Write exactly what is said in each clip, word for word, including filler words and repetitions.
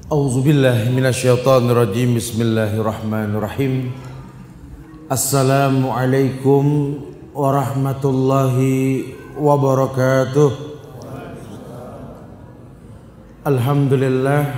A'udzubillahi minasyaitonirrajim. Bismillahirrahmanirrahim. Assalamualaikum warahmatullahi wabarakatuh. Alhamdulillah.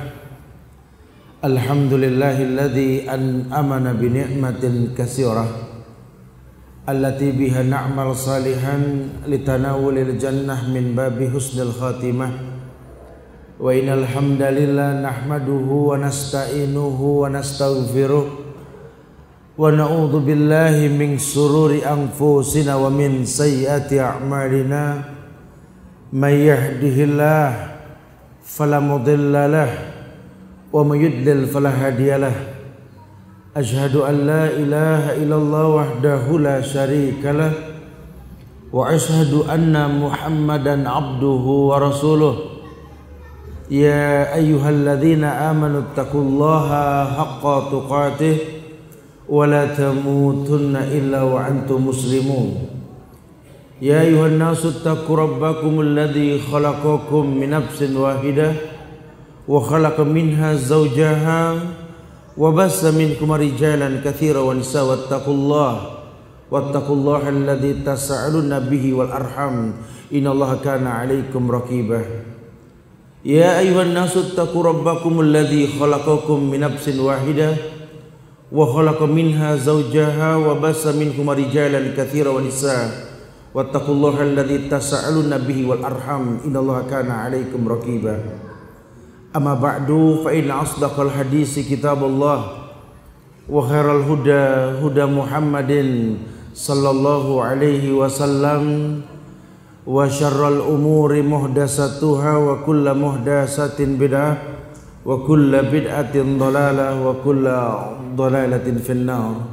Alhamdulillahilladzi an'amana bi ni'matin katsirah allati biha na'mal salihan litanawulil jannah min babi husnil khatimah. Wa innal hamdalillah nahmaduhu wa nasta'inuhu wa nastaghfiruh wa na'udzu billahi min shururi anfusina wa min sayyiati a'malina. May yahdihillah fala mudilla lahu wa may yudlil fala hadiyalah. Asyhadu an la ilaha illallah wahdahu la syarikalah wa asyhadu anna Muhammadan abduhu wa rasuluh. Ya ayyuhalladzina amanu taqullaha haqqa tuqatih wa la tamutunna illa wa antum muslimun. Ya ayyuhan nasu taqu rabbakumul ladzi khalaqakum min nafsin wahidah wa khalaqa minha zawjaha wa bassa minkum rijalan katsiran wa nisaa wattaqullaha wattaqullaha alladzi tasaaluna bihi wal arham innallaha kana 'alaikum raqibah. Ya ayuhan nasu taqu rabbakumul ladzi khalaqakum min nafsin wahidah wa khalaqa minha zawjaha wa bassa minkum rijalan katsiran wa nisaa wattaqullaha alladzi tasaaluna bihi wal arham innallaha kana 'alaikum raqibah. Amma ba'du fa inna asdaqal hadisi kitabullah wa khairal huda huda Muhammadin sallallahu alaihi wasallam wa syarral umuri muhdasatuha wa kulla muhdasatin bid'ah wa kulla bid'atin dhalalah wa kulla dhalalatin finnar.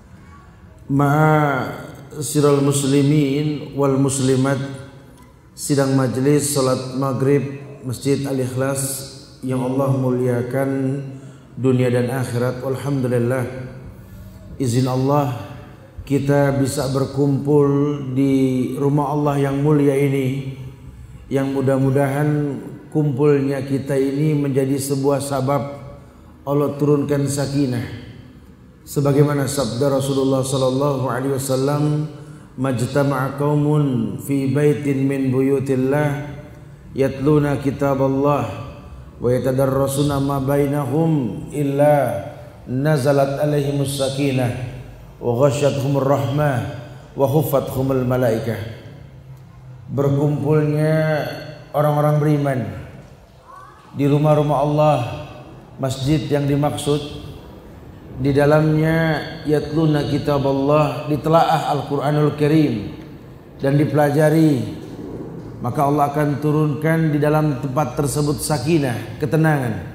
Ma'asyiral muslimin wal muslimat, sidang majelis salat maghrib Masjid Al-Ikhlas yang Allah muliakan dunia dan akhirat. Alhamdulillah, izin Allah kita bisa berkumpul di rumah Allah yang mulia ini, yang mudah-mudahan kumpulnya kita ini menjadi sebuah sabab Allah turunkan sakinah, sebagaimana sabda Rasulullah sallallahu alaihi wasallam, majtama'a qaumun fi baitin min buyutillah yatluna kitaballah wa yatadarrasuna ma bainahum illa nazalat alaihimus sakinah wa ghasyatuhumur rahmah wa khuffathumul malaikah. Berkumpulnya orang-orang beriman di rumah-rumah Allah, masjid yang dimaksud di dalamnya yatluna kitaballah, ditelaah Al-Qur'anul Karim dan dipelajari, maka Allah akan turunkan di dalam tempat tersebut sakinah, ketenangan.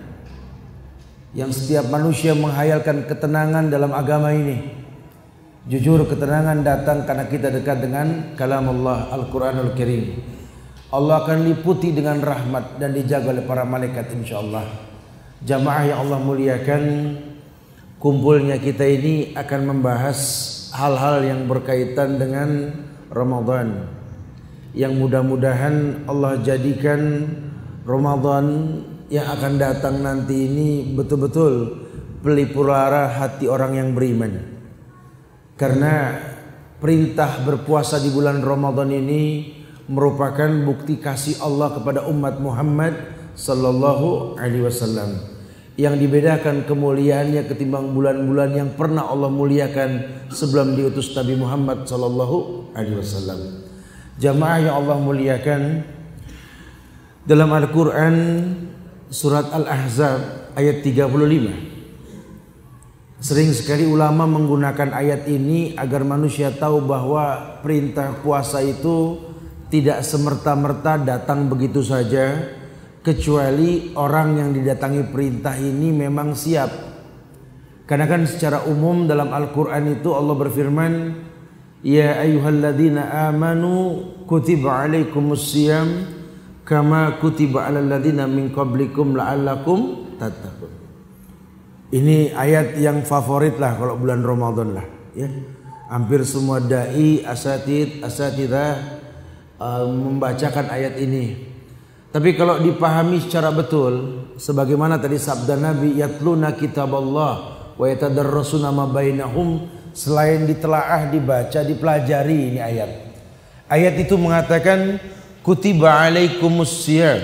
Yang setiap manusia menghayalkan ketenangan dalam agama ini. Jujur, ketenangan datang karena kita dekat dengan kalam Allah Al-Quranul Karim. Allah akan liputi dengan rahmat dan dijaga oleh para malaikat insyaAllah. Jamaah yang Allah muliakan, kumpulnya kita ini akan membahas hal-hal yang berkaitan dengan Ramadan, yang mudah-mudahan Allah jadikan Ramadan yang akan datang nanti ini betul-betul pelipur lara hati orang yang beriman. Karena perintah berpuasa di bulan Ramadan ini merupakan bukti kasih Allah kepada umat Muhammad sallallahu alaihi wasallam, yang dibedakan kemuliaannya ketimbang bulan-bulan yang pernah Allah muliakan sebelum diutus Nabi Muhammad sallallahu alaihi wasallam. Jamaah yang Allah muliakan, dalam Al-Quran surat Al-Ahzab ayat tiga puluh lima, sering sekali ulama menggunakan ayat ini agar manusia tahu bahwa perintah puasa itu tidak semerta-merta datang begitu saja, kecuali orang yang didatangi perintah ini memang siap. Karena kan secara umum dalam Al-Quran itu Allah berfirman, ya ayyuhalladzina amanu kutiba alaikumusiyam kama kutiba alal ladzina min qablikum la'allakum tattaqun. Ini ayat yang favorit lah kalau bulan Ramadan lah, ya. Hampir semua dai, asatid, asatidah uh, membacakan ayat ini. Tapi kalau dipahami secara betul, sebagaimana tadi sabda Nabi, yatluna kitaballah wa yatadarrasuna ma bainahum, selain ditelaah, dibaca, dipelajari, ini ayat. Ayat itu mengatakan kutiba alaikumus siyam.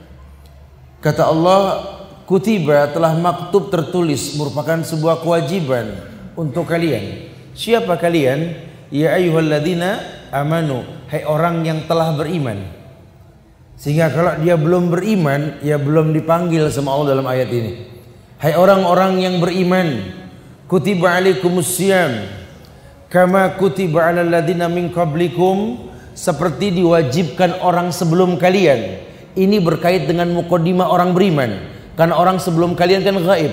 Kata Allah, kutiba telah maktub, tertulis, merupakan sebuah kewajiban untuk kalian. Siapa kalian? Ya ayyuhalladzina amanu, hai orang yang telah beriman. Sehingga kalau dia belum beriman, ya belum dipanggil sama Allah dalam ayat ini. Hai orang-orang yang beriman, kutiba alaikumus siyam kama kutiba alal ladzina min qablikum, seperti diwajibkan orang sebelum kalian. Ini berkait dengan muqaddimah orang beriman, karena orang sebelum kalian kan gaib.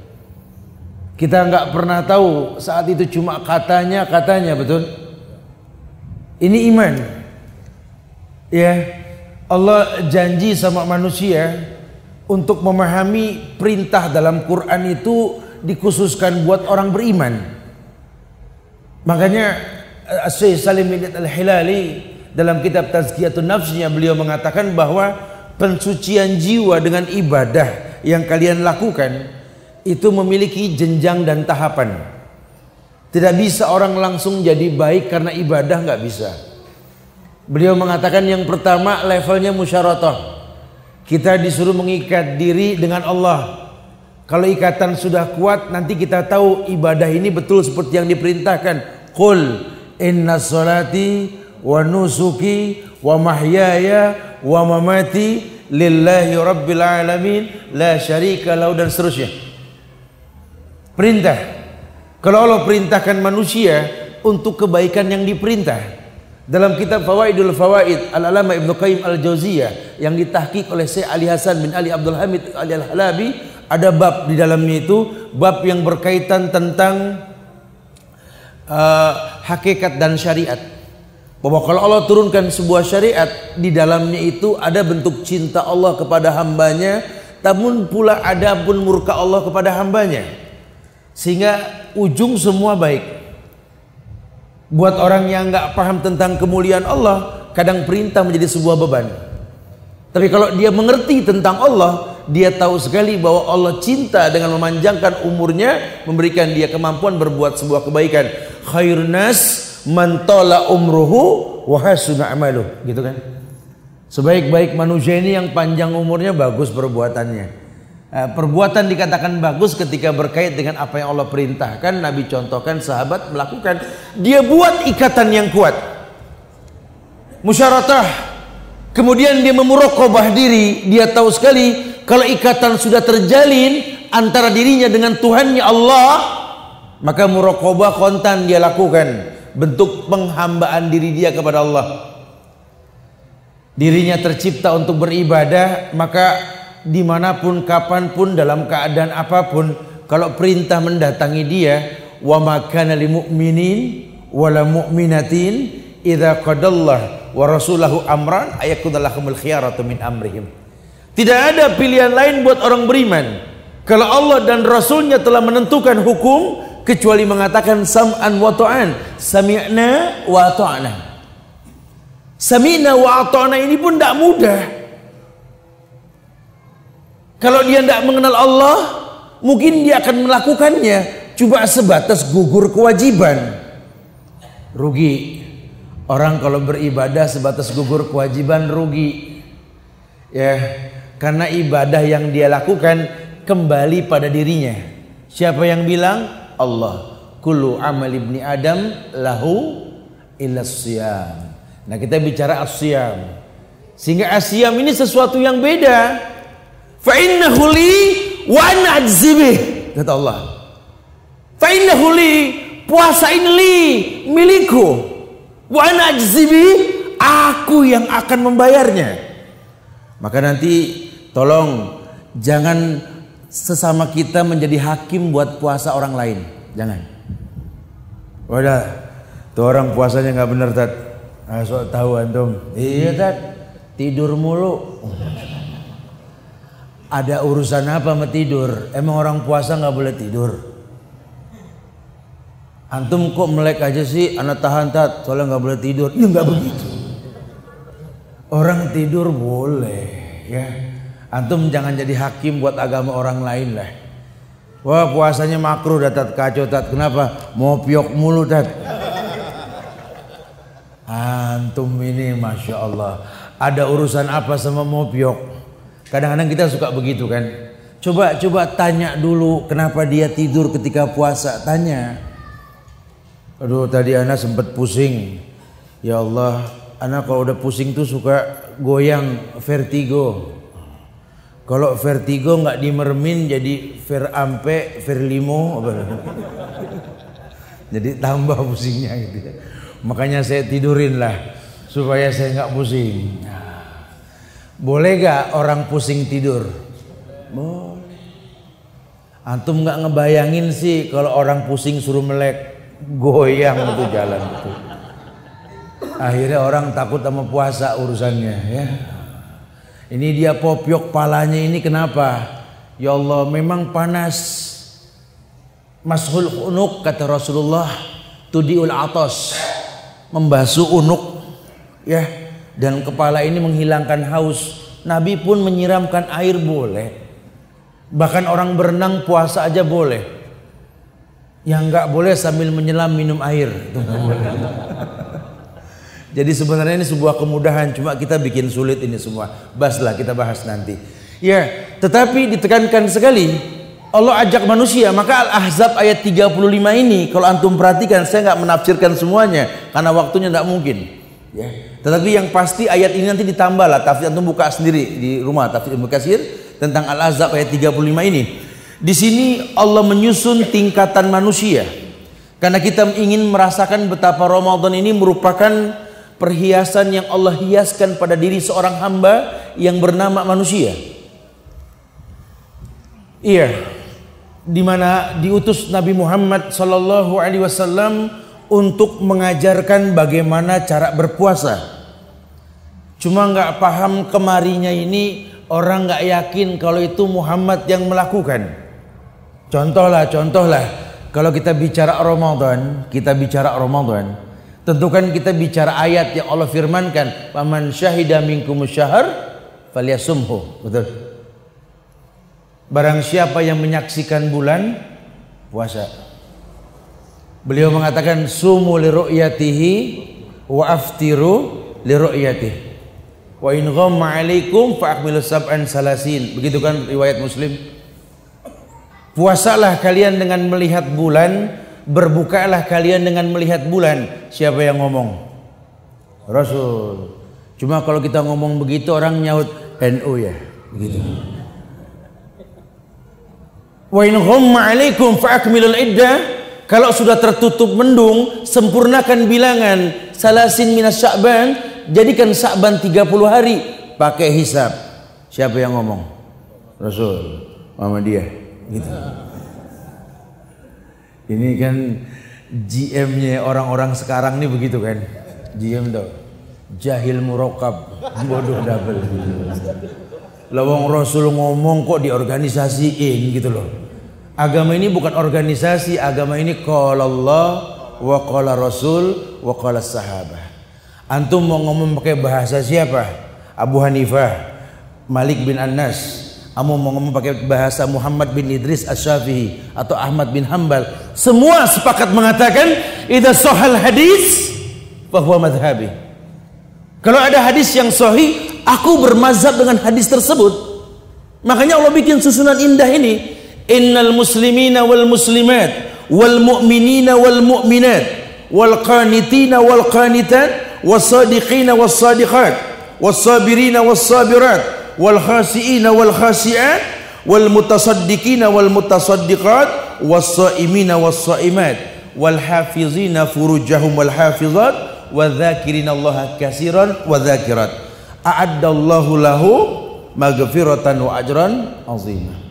Kita nggak pernah tahu, saat itu cuma katanya katanya betul. Ini iman. Ya, Allah janji sama manusia untuk memahami perintah dalam Quran itu dikhususkan buat orang beriman. Makanya Syekh Salim bin Al-Hilali dalam kitab Tazkiyatun Nafsnya, beliau mengatakan bahwa pensucian jiwa dengan ibadah yang kalian lakukan itu memiliki jenjang dan tahapan. Tidak bisa orang langsung jadi baik karena ibadah, nggak bisa. Beliau mengatakan yang pertama levelnya musyaratah. Kita disuruh mengikat diri dengan Allah. Kalau ikatan sudah kuat, nanti kita tahu ibadah ini betul seperti yang diperintahkan. Qul inna sholati wa nusuki wa mahyaya wa mamati lillahi rabbil alamin la syarika lahu, dan seterusnya. Perintah. Kalau Allah perintahkan manusia untuk kebaikan yang diperintah. Dalam kitab Fawaidul Fawaid Al-Alama Ibnu Qayyim Al-Jauziyah yang ditahqiq oleh Syekh Ali Hasan bin Ali Abdul Hamid Ali Al-Halabi, ada bab di dalamnya itu, bab yang berkaitan tentang uh, hakikat dan syariat. Bahwa kalau Allah turunkan sebuah syariat, di dalamnya itu ada bentuk cinta Allah kepada hambanya, namun pula ada pun murka Allah kepada hambanya. Sehingga ujung semua baik. Buat orang yang nggak paham tentang kemuliaan Allah, kadang perintah menjadi sebuah beban. Tapi kalau dia mengerti tentang Allah, dia tahu sekali bahwa Allah cinta dengan memanjangkan umurnya, memberikan dia kemampuan berbuat sebuah kebaikan. Khairun nas man tala umruhu wa hasuna amaluh, gitu kan? Sebaik-baik manusia ini yang panjang umurnya, bagus perbuatannya. Perbuatan dikatakan bagus ketika berkait dengan apa yang Allah perintahkan. Nabi contohkan sahabat melakukan, dia buat ikatan yang kuat, musyaratah. Kemudian dia memuraqabah diri. Dia tahu sekali kalau ikatan sudah terjalin antara dirinya dengan Tuhannya Allah, maka muraqabah kontan dia lakukan, bentuk penghambaan diri dia kepada Allah. Dirinya tercipta untuk beribadah, maka dimanapun, kapanpun, dalam keadaan apapun, kalau perintah mendatangi dia, wa ma kana lil mu'minin wala mu'minatin idza qadallah wa rasulahu amran ayakunallahumul khiyaratu min amrihim. Tidak ada pilihan lain buat orang beriman kalau Allah dan Rasulnya telah menentukan hukum, kecuali mengatakan sam'an wa ta'an, sami'na wa ta'na. Sami'na wa ta'na ini pun tidak mudah. Kalau dia tidak mengenal Allah, mungkin dia akan melakukannya cuma sebatas gugur kewajiban. Rugi. Orang kalau beribadah sebatas gugur kewajiban, rugi. Ya, karena ibadah yang dia lakukan kembali pada dirinya. Siapa yang bilang? Allah. Kullu amal ibni Adam lahu illa siyam. Nah, kita bicara as-siyam. Sehingga as-siyam ini sesuatu yang beda. Fa innahu li wa ana ajzi bih, kata Allah. Fa innahu li, puasa ini li, milikku. Wa ana ajzi bih, aku yang akan membayarnya. Maka nanti tolong jangan sesama kita menjadi hakim buat puasa orang lain. Jangan. Wadah, tuh orang puasanya nggak bener, Tat. Ah, sok tahu antum. Iya, Tat. Tidur mulu. Ada urusan apa sama tidur? Emang orang puasa nggak boleh tidur? Antum kok melek aja sih? Anak tahan, Tat, soalnya nggak boleh tidur. Ya nggak begitu. Orang tidur boleh, ya. Antum jangan jadi hakim buat agama orang lain lah. Wah puasanya makruh datat kacau tat. Kenapa? Mau piok mulu tat. Antum ini masya Allah. Ada urusan apa sama mau piok? Kadang-kadang kita suka begitu kan. Coba coba tanya dulu kenapa dia tidur ketika puasa. Tanya. Aduh tadi anak sempat pusing. Ya Allah, anak kalau udah pusing tuh suka goyang vertigo. Kalau vertigo nggak dimermin jadi verampe, verlimo, jadi tambah pusingnya gitu. Makanya saya tidurin lah supaya saya nggak pusing. Nah, boleh gak orang pusing tidur? Boleh. Antum nggak ngebayangin sih kalau orang pusing suruh melek goyang itu jalan gitu. Akhirnya orang takut sama puasa urusannya ya. Ini dia popiok palanya ini kenapa? Ya Allah memang panas. Mashul unuk kata Rasulullah tudiul atas, membasuh unuk ya, dan kepala ini menghilangkan haus. Nabi pun menyiramkan air boleh. Bahkan orang berenang puasa aja boleh. Yang nggak boleh sambil menyelam minum air. Jadi sebenarnya ini sebuah kemudahan, cuma kita bikin sulit ini semua. Baslah kita bahas nanti. Ya, tetapi ditekankan sekali Allah ajak manusia. Maka Al-Ahzab ayat tiga puluh lima ini kalau antum perhatikan, saya nggak menafsirkan semuanya karena waktunya nggak mungkin. Ya, tetapi yang pasti ayat ini nanti ditambah lah. Tafsir antum buka sendiri di rumah tafsir Ibnu Katsir tentang Al-Ahzab ayat tiga puluh lima ini. Di sini Allah menyusun tingkatan manusia. Karena kita ingin merasakan betapa Ramadan ini merupakan perhiasan yang Allah hiaskan pada diri seorang hamba yang bernama manusia. Iya, di mana diutus Nabi Muhammad sallallahu alaihi wasallam untuk mengajarkan bagaimana cara berpuasa. Cuma nggak paham kemarinya ini orang nggak yakin kalau itu Muhammad yang melakukan. Contohlah, contohlah kalau kita bicara Ramadan, kita bicara Ramadan. Tentu kan kita bicara ayat yang Allah firmankan, "Faman syahida minkumus syahr falyasumhu." Betul. Barang siapa yang menyaksikan bulan, puasa. Beliau mengatakan, "Sumu li ru'yatihi wa aftiru li ru'yatihi. Wa in ghamma 'alaikum fa akmilu sab'an salasin." Begitu kan riwayat Muslim. Puasalah kalian dengan melihat bulan, berbukalah kalian dengan melihat bulan. Siapa yang ngomong? Rasul. Cuma kalau kita ngomong begitu orang nyaut N U ya, begitu. Wa in ghamma 'alaikum fa akmilul iddah. Kalau sudah tertutup mendung, sempurnakan bilangan. Salasin minas Sya'ban, jadikan Sya'ban tiga puluh hari, pakai hisab. Siapa yang ngomong? Rasul. Muhammadiyah gitu. Ini kan G M-nya orang-orang sekarang nih begitu kan. G M tuh jahil murokab, bodoh double. Lawang Rasul ngomong kok diorganisasiin gitu loh. Agama ini bukan organisasi, agama ini qala Allah wa qala Rasul wa qala sahabah. Antum mau ngomong pakai bahasa siapa? Abu Hanifah, Malik bin Anas. Kamu mau ngomong pakai bahasa Muhammad bin Idris Asy-Syafi'i atau Ahmad bin Hanbal, semua sepakat mengatakan idza sahal hadis fa huwa madhhabi. Kalau ada hadis yang sahih, aku bermazhab dengan hadis tersebut. Makanya Allah bikin susunan indah ini. Innal muslimina wal muslimat wal mu'minina wal mu'minat wal qanitina wal qanitat was sadiqina was sadiqat was sabirina was sabirat wal khasiina wal khasiat wal mutasaddiqina wal mutasaddiqat was saimina was saimat wal hafizina furujahum wal hafizat wadzakirina Allah katsiran wadzakirat a'addallahu lahu maghfiratan wa ajran azima.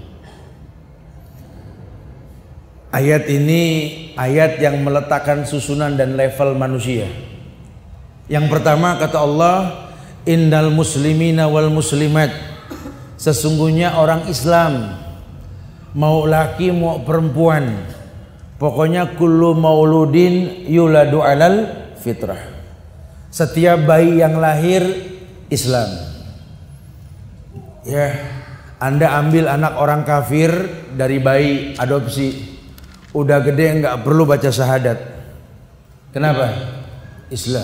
Ayat ini ayat yang meletakkan susunan dan level manusia. Yang pertama kata Allah, innal muslimina wal muslimat, sesungguhnya orang Islam, mau laki mau perempuan, pokoknya kullu mauludin yuladu alal fitrah. Setiap bayi yang lahir Islam. Ya, Anda ambil anak orang kafir dari bayi adopsi, udah gede nggak perlu baca syahadat. Kenapa? Islam.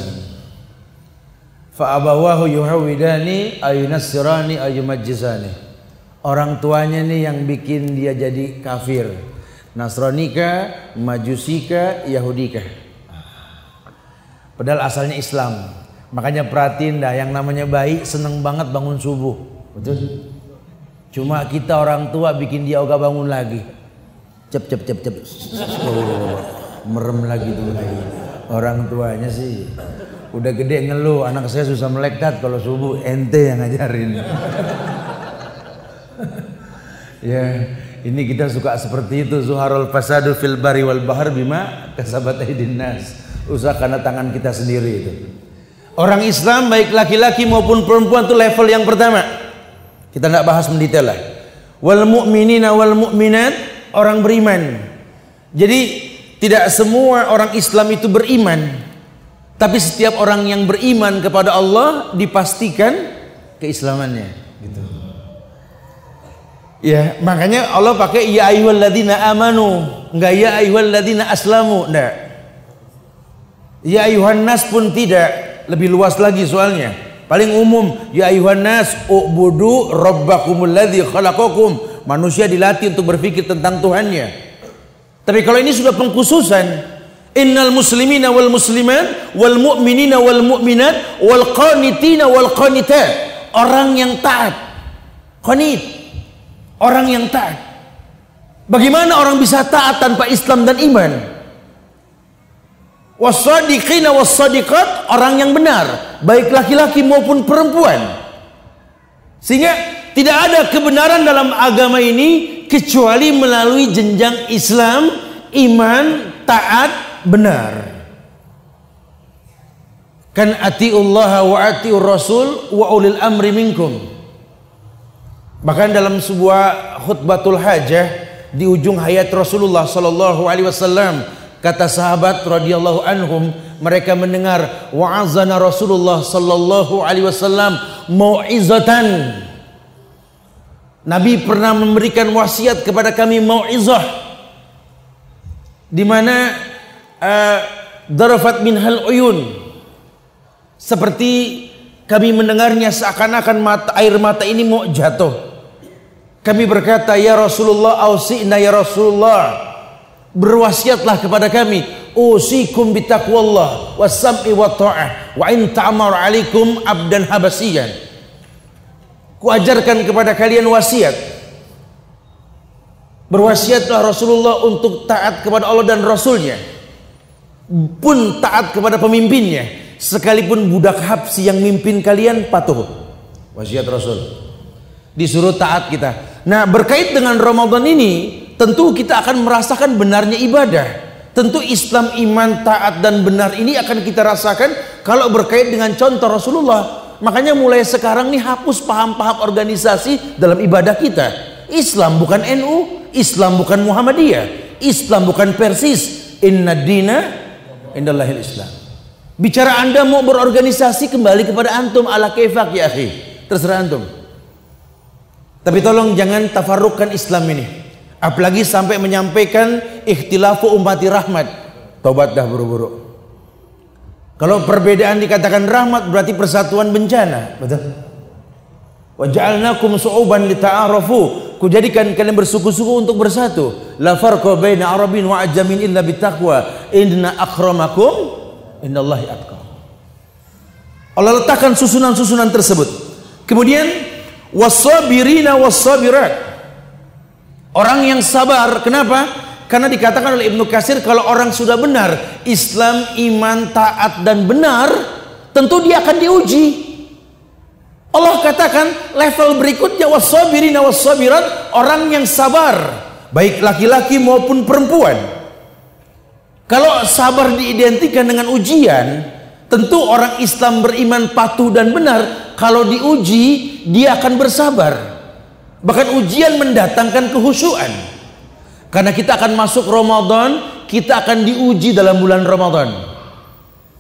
Fa abawahu yuhawidani ayunassirani ayumajjisani. Orang tuanya nih yang bikin dia jadi kafir. Nasranika, Majusika, Yahudika. Padahal asalnya Islam. Makanya perhatiin dah, yang namanya bayi seneng banget bangun subuh. Betul? Cuma kita orang tua bikin dia ogah bangun lagi. Cep cep cep cep. Oh, merem lagi tuh bayi. Orang tuanya sih udah gede ngeluh, anak saya susah melek tat kalau subuh, ente yang ngajarin. Ya, ini kita suka seperti itu. Zuharul fasadu fil bari wal bahar bima kasabat aydin nas. Usaha karena tangan kita sendiri itu. Orang Islam baik laki-laki maupun perempuan itu level yang pertama. Kita tidak bahas mendetail lah. Wal mu'minina wal mu'minat, orang beriman. Jadi tidak semua orang Islam itu beriman, tapi setiap orang yang beriman kepada Allah dipastikan keislamannya, gitu. Ya, makanya Allah pakai ya ayyuhalladzina amanu, enggak ya ayyuhalladzina aslamu, enggak. Ya ayyuhan nas pun tidak, lebih luas lagi soalnya. Paling umum, ya ayyuhan nas ubudu rabbakumul ladzi khalaqakum. Manusia dilatih untuk berpikir tentang Tuhannya. Tapi kalau ini sudah pengkhususan, innal muslimina wal muslimat wal mu'minina wal mu'minat wal qanitina wal qanitat, orang yang taat, qanit, orang yang taat. Bagaimana orang bisa taat tanpa Islam dan iman? Wassadiqina wassadiqat, orang yang benar, baik laki-laki maupun perempuan. Sehingga tidak ada kebenaran dalam agama ini kecuali melalui jenjang Islam, iman, taat, benar. Kan atiullaha wa atiur rasul wa ulil amri minkum. Bahkan dalam sebuah khutbatul hajah di ujung hayat Rasulullah sallallahu alaihi wasallam, kata sahabat radhiyallahu anhum, mereka mendengar wa'azana Rasulullah sallallahu alaihi wasallam mau'izatan. Nabi pernah memberikan wasiat kepada kami mau'izah, di mana uh, darafat minhal uyun, seperti kami mendengarnya seakan-akan mata, air mata ini mau jatuh. Kami berkata, ya Rasulullah, ausi'na ya Rasulullah, berwasiatlah kepada kami, usikum bitaqwallah was-sam'i wa ta'ah wa in ta'amar alaikum abdan habasiyan. Kuajarkan kepada kalian wasiat. Berwasiatlah Rasulullah untuk taat kepada Allah dan Rasulnya, pun taat kepada pemimpinnya, sekalipun budak Habsi yang mimpin kalian patuh. Wasiat Rasul. Disuruh taat kita. Nah, berkait dengan Ramadan ini, tentu kita akan merasakan benarnya ibadah. Tentu Islam, iman, taat dan benar ini akan kita rasakan kalau berkait dengan contoh Rasulullah. Makanya mulai sekarang nih hapus paham-paham organisasi dalam ibadah kita. Islam bukan N U, Islam bukan Muhammadiyah, Islam bukan Persis. Inna dina indallahil Islam. Bicara Anda mau berorganisasi, kembali kepada antum, ala kaifak ya akhi, terserah antum. Tapi tolong jangan tafarruqkan Islam ini, apalagi sampai menyampaikan ikhtilafu ummati rahmat. Tobat dah buru-buru. Kalau perbedaan dikatakan rahmat, berarti persatuan bencana. Betul? Wa ja'alnakum su'uban lita'arafu. Kujadikan kalian bersuku-suku untuk bersatu. La farqa baina Arabin wa ajamin illa bittaqwa. Inna akramakum indallahi atqakum. Allah letakkan susunan-susunan tersebut. Kemudian was-sabirina was-sabirat, orang yang sabar. Kenapa? Karena dikatakan oleh Ibnu Katsir, kalau orang sudah benar Islam, iman, taat dan benar, tentu dia akan diuji. Allah katakan level berikutnya was-sabirina was-sabirat, orang yang sabar, baik laki-laki maupun perempuan. Kalau sabar diidentikan dengan ujian, tentu orang Islam beriman, patuh dan benar, kalau diuji dia akan bersabar. Bahkan ujian mendatangkan kehusyuan. Karena kita akan masuk Ramadan, kita akan diuji dalam bulan Ramadan.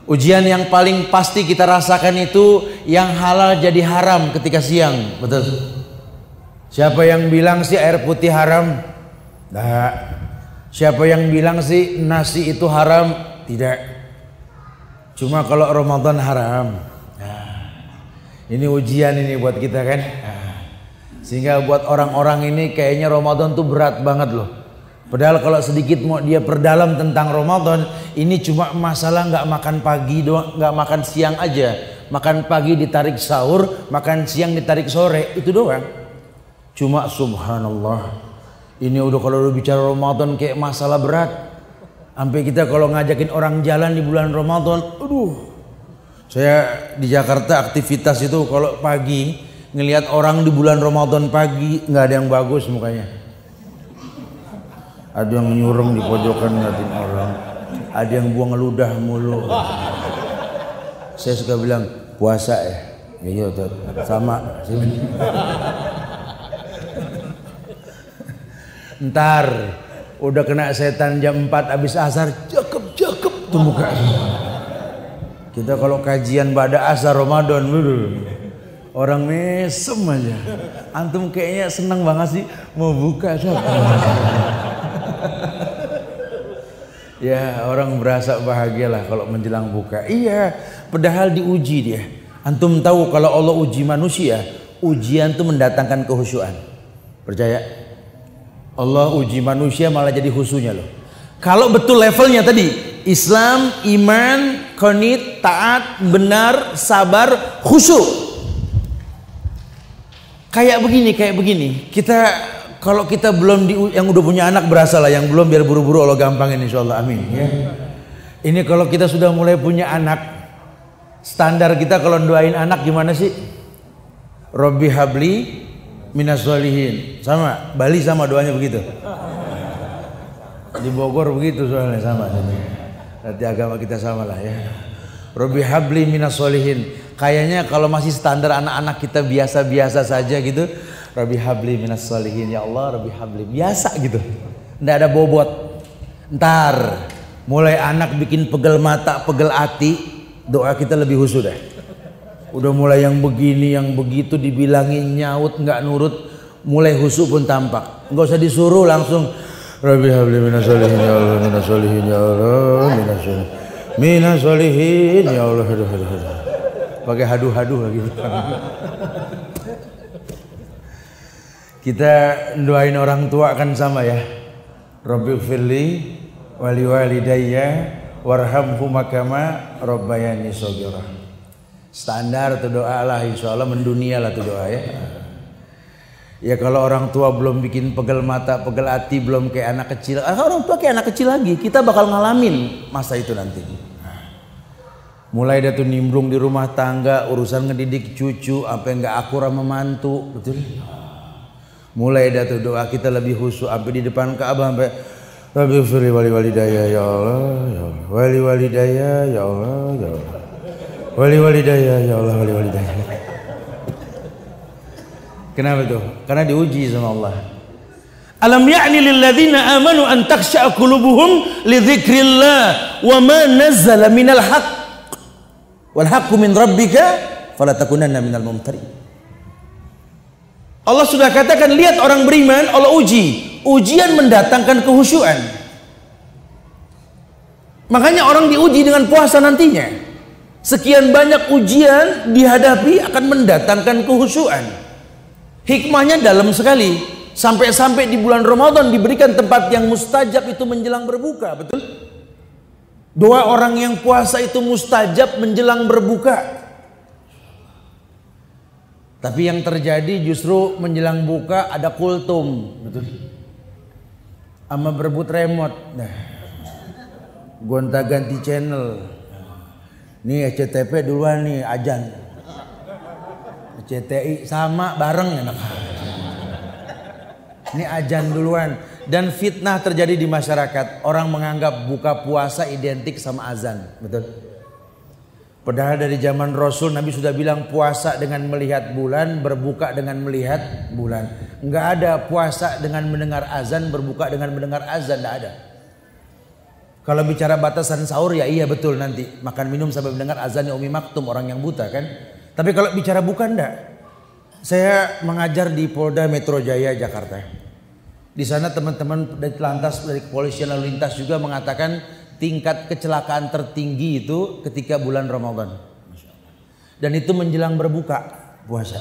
Ujian yang paling pasti kita rasakan itu yang halal jadi haram ketika siang, betul? Siapa yang bilang sih air putih haram? Nah, siapa yang bilang sih nasi itu haram? Tidak. Cuma kalau Ramadan haram. Nah, ini ujian ini buat kita kan. Nah, sehingga buat orang-orang ini kayaknya Ramadan tuh berat banget loh. Padahal kalau sedikit mau dia perdalam tentang Ramadan, ini cuma masalah nggak makan pagi doang, nggak makan siang aja. Makan pagi ditarik sahur, makan siang ditarik sore, itu doang. Cuma subhanallah, ini udah kalau udah bicara Ramadan kayak masalah berat. Sampai kita kalau ngajakin orang jalan di bulan Ramadan, aduh. Saya di Jakarta aktivitas itu kalau pagi ngelihat orang di bulan Ramadan pagi nggak ada yang bagus mukanya. Ada yang nyurung di pojokan ngeliatin orang, ada yang buang ludah mulu. Saya suka bilang puasa ya, iya tuh sama. Ntar udah kena setan jam empat habis asar, cakep-cakep tuh muka. Kita kalau kajian pada asar Ramadan, orang mesem aja. Antum kayaknya seneng banget sih mau buka siapa? Ya orang berasa bahagia lah kalau menjelang buka. Iya, padahal diuji dia. Antum tahu kalau Allah uji manusia, ujian itu mendatangkan kehusyuan. Percaya? Allah uji manusia malah jadi khusyunya loh. Kalau betul levelnya tadi Islam, iman, qanit, taat, benar, sabar, khusyuk. Kayak begini, kayak begini. Kita kalau kita belum di, yang udah punya anak berasa lah, yang belum biar buru-buru Allah gampangin insyaallah, amin ya. Ini kalau kita sudah mulai punya anak, standar kita kalau doain anak gimana sih? Robbi habli minas sholihin. Sama, Bali sama doanya begitu. Di Bogor begitu soalnya sama. Nanti agama kita sama lah ya. Robbi habli minas sholihin. Kayaknya kalau masih standar anak-anak kita biasa-biasa saja gitu, Rabbi habli minas sholihin, ya Allah Rabbi habli, biasa gitu, nggak ada bobot. Ntar mulai anak bikin pegel mata, pegel hati, doa kita lebih khusyuk dah. Udah mulai yang begini, yang begitu dibilangin nyaut nggak nurut, mulai khusyuk pun tampak. Nggak usah disuruh, langsung Rabbi habli minas sholihin, ya Allah minas sholihin, ya Allah minas sholihin, minas sholihin, ya Allah. Aduh, aduh, aduh. Pakai haduh-haduh gitu. Kita doain orang tua kan sama ya. Rabbighfirli wali walidayya warhamhuma kama rabbayani shaghira. Standar tuh doa lah, insyaallah mendunia lah tuh doa ya. Ya kalau orang tua belum bikin pegel mata, pegel hati, belum kayak anak kecil. Ah, orang tua kayak anak kecil lagi, kita bakal ngalamin masa itu nanti. Mulai dia tuh nimbrung di rumah tangga, urusan ngedidik cucu, apa yang nggak akur sama mantu, betul? Mulai dah tuh doa kita lebih khusyuk, sampai di depan Ka'bah sampai Rabbi firli wali walidayya ya Allah, ya Allah, wali walidayya ya Allah, ya Allah, wali walidayya ya Allah, wali walidayya. Kenapa tuh? Karena diuji sama Allah. Alam ya'ni lil ladzina amanu an takhsha'a qulubuhum li dzikrillah wa ma nazzala minal haqq wal haqqu min rabbika fala takunanna minal mumtarin. Allah sudah katakan, lihat orang beriman Allah uji. Ujian mendatangkan kehusyuan. Makanya orang diuji dengan puasa nantinya. Sekian banyak ujian dihadapi akan mendatangkan kehusyuan. Hikmahnya dalam sekali. Sampai-sampai di bulan Ramadan diberikan tempat yang mustajab itu menjelang berbuka, betul? Doa orang yang puasa itu mustajab menjelang berbuka. Tapi yang terjadi justru menjelang buka ada kultum, betul? Sama berebut remote. Nah, gonta-ganti channel. Nih C T P duluan nih ajan. C T I sama bareng enak. Ini ajan duluan. Dan fitnah terjadi di masyarakat. Orang menganggap buka puasa identik sama azan, betul? Padahal dari zaman Rasul Nabi sudah bilang puasa dengan melihat bulan, berbuka dengan melihat bulan. Enggak ada puasa dengan mendengar azan, berbuka dengan mendengar azan, enggak ada. Kalau bicara batasan sahur ya iya betul nanti makan minum sampai mendengar azannya Umi Maktum orang yang buta kan. Tapi kalau bicara bukan enggak. Saya mengajar di Polda Metro Jaya Jakarta. Di sana teman-teman dari lantas dari kepolisian lalu lintas juga mengatakan tingkat kecelakaan tertinggi itu ketika bulan Ramadan. Dan itu menjelang berbuka puasa.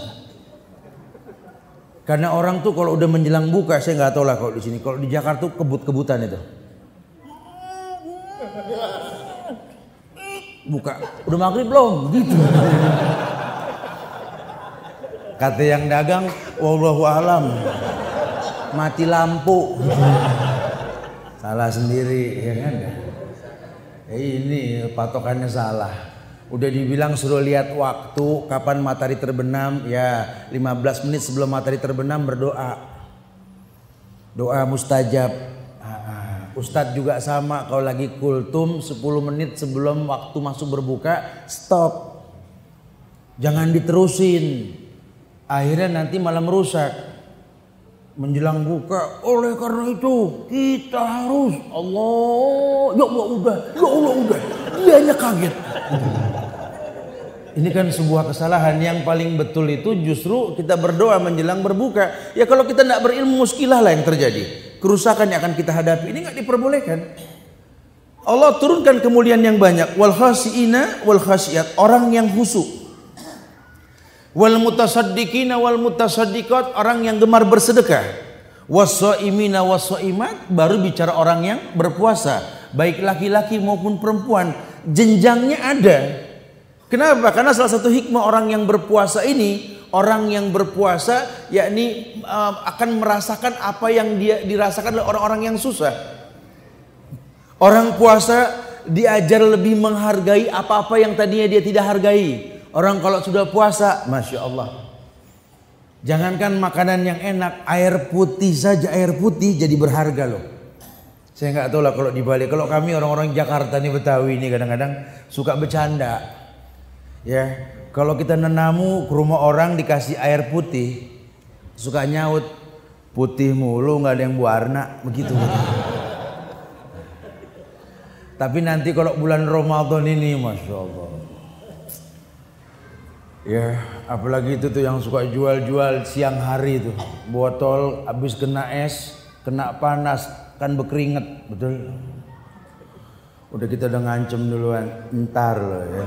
Karena orang tuh kalau udah menjelang buka, saya nggak tahu lah kalau di sini. Kalau di Jakarta tuh kebut-kebutan itu. Buka, udah maghrib belum? Gitu. Kata yang dagang, wallahu alam, mati lampu. Salah sendiri, ya kan? Eh, ini patokannya salah. Udah dibilang suruh lihat waktu kapan matahari terbenam, ya lima belas menit sebelum matahari terbenam berdoa. Doa mustajab. Ustadz juga sama, kalau lagi kultum sepuluh menit sebelum waktu masuk berbuka stop. Jangan diterusin. Akhirnya nanti malah merusak. Menjelang buka, oleh karena itu kita harus Allah, ya Allah udah, ya Allah udah. Dianya kaget. Ini kan sebuah kesalahan. Yang paling betul itu justru kita berdoa menjelang berbuka. Ya kalau kita tidak berilmu muskilah lah yang terjadi. Kerusakan yang akan kita hadapi ini nggak diperbolehkan. Allah turunkan kemuliaan yang banyak. Wal khasiina wal khasiat, orang yang khusyuk. Wal mutasaddiqina wal mutasaddiqat, orang yang gemar bersedekah. Was-shaimina was-shaimat, baru bicara orang yang berpuasa, baik laki-laki maupun perempuan. Jenjangnya ada. Kenapa? Karena salah satu hikmah orang yang berpuasa ini, orang yang berpuasa yakni uh, akan merasakan apa yang dia dirasakan oleh orang-orang yang susah. Orang puasa diajar lebih menghargai apa-apa yang tadinya dia tidak hargai. Orang kalau sudah puasa, Masya Allah, jangankan makanan yang enak, air putih saja, air putih jadi berharga loh. Saya nggak tahu lah kalau di Bali. Kalau kami orang-orang Jakarta nih, Betawi ini kadang-kadang suka bercanda. Ya, kalau kita nenamu ke rumah orang dikasih air putih, suka nyaut, putih mulu nggak ada yang berwarna, begitu. Tapi nanti kalau bulan Ramadan ini, Masya Allah, ya apalagi itu tuh yang suka jual-jual siang hari itu, botol habis kena es, kena panas, kan berkeringat, betul. Udah kita udah ngancem duluan, entar loh ya.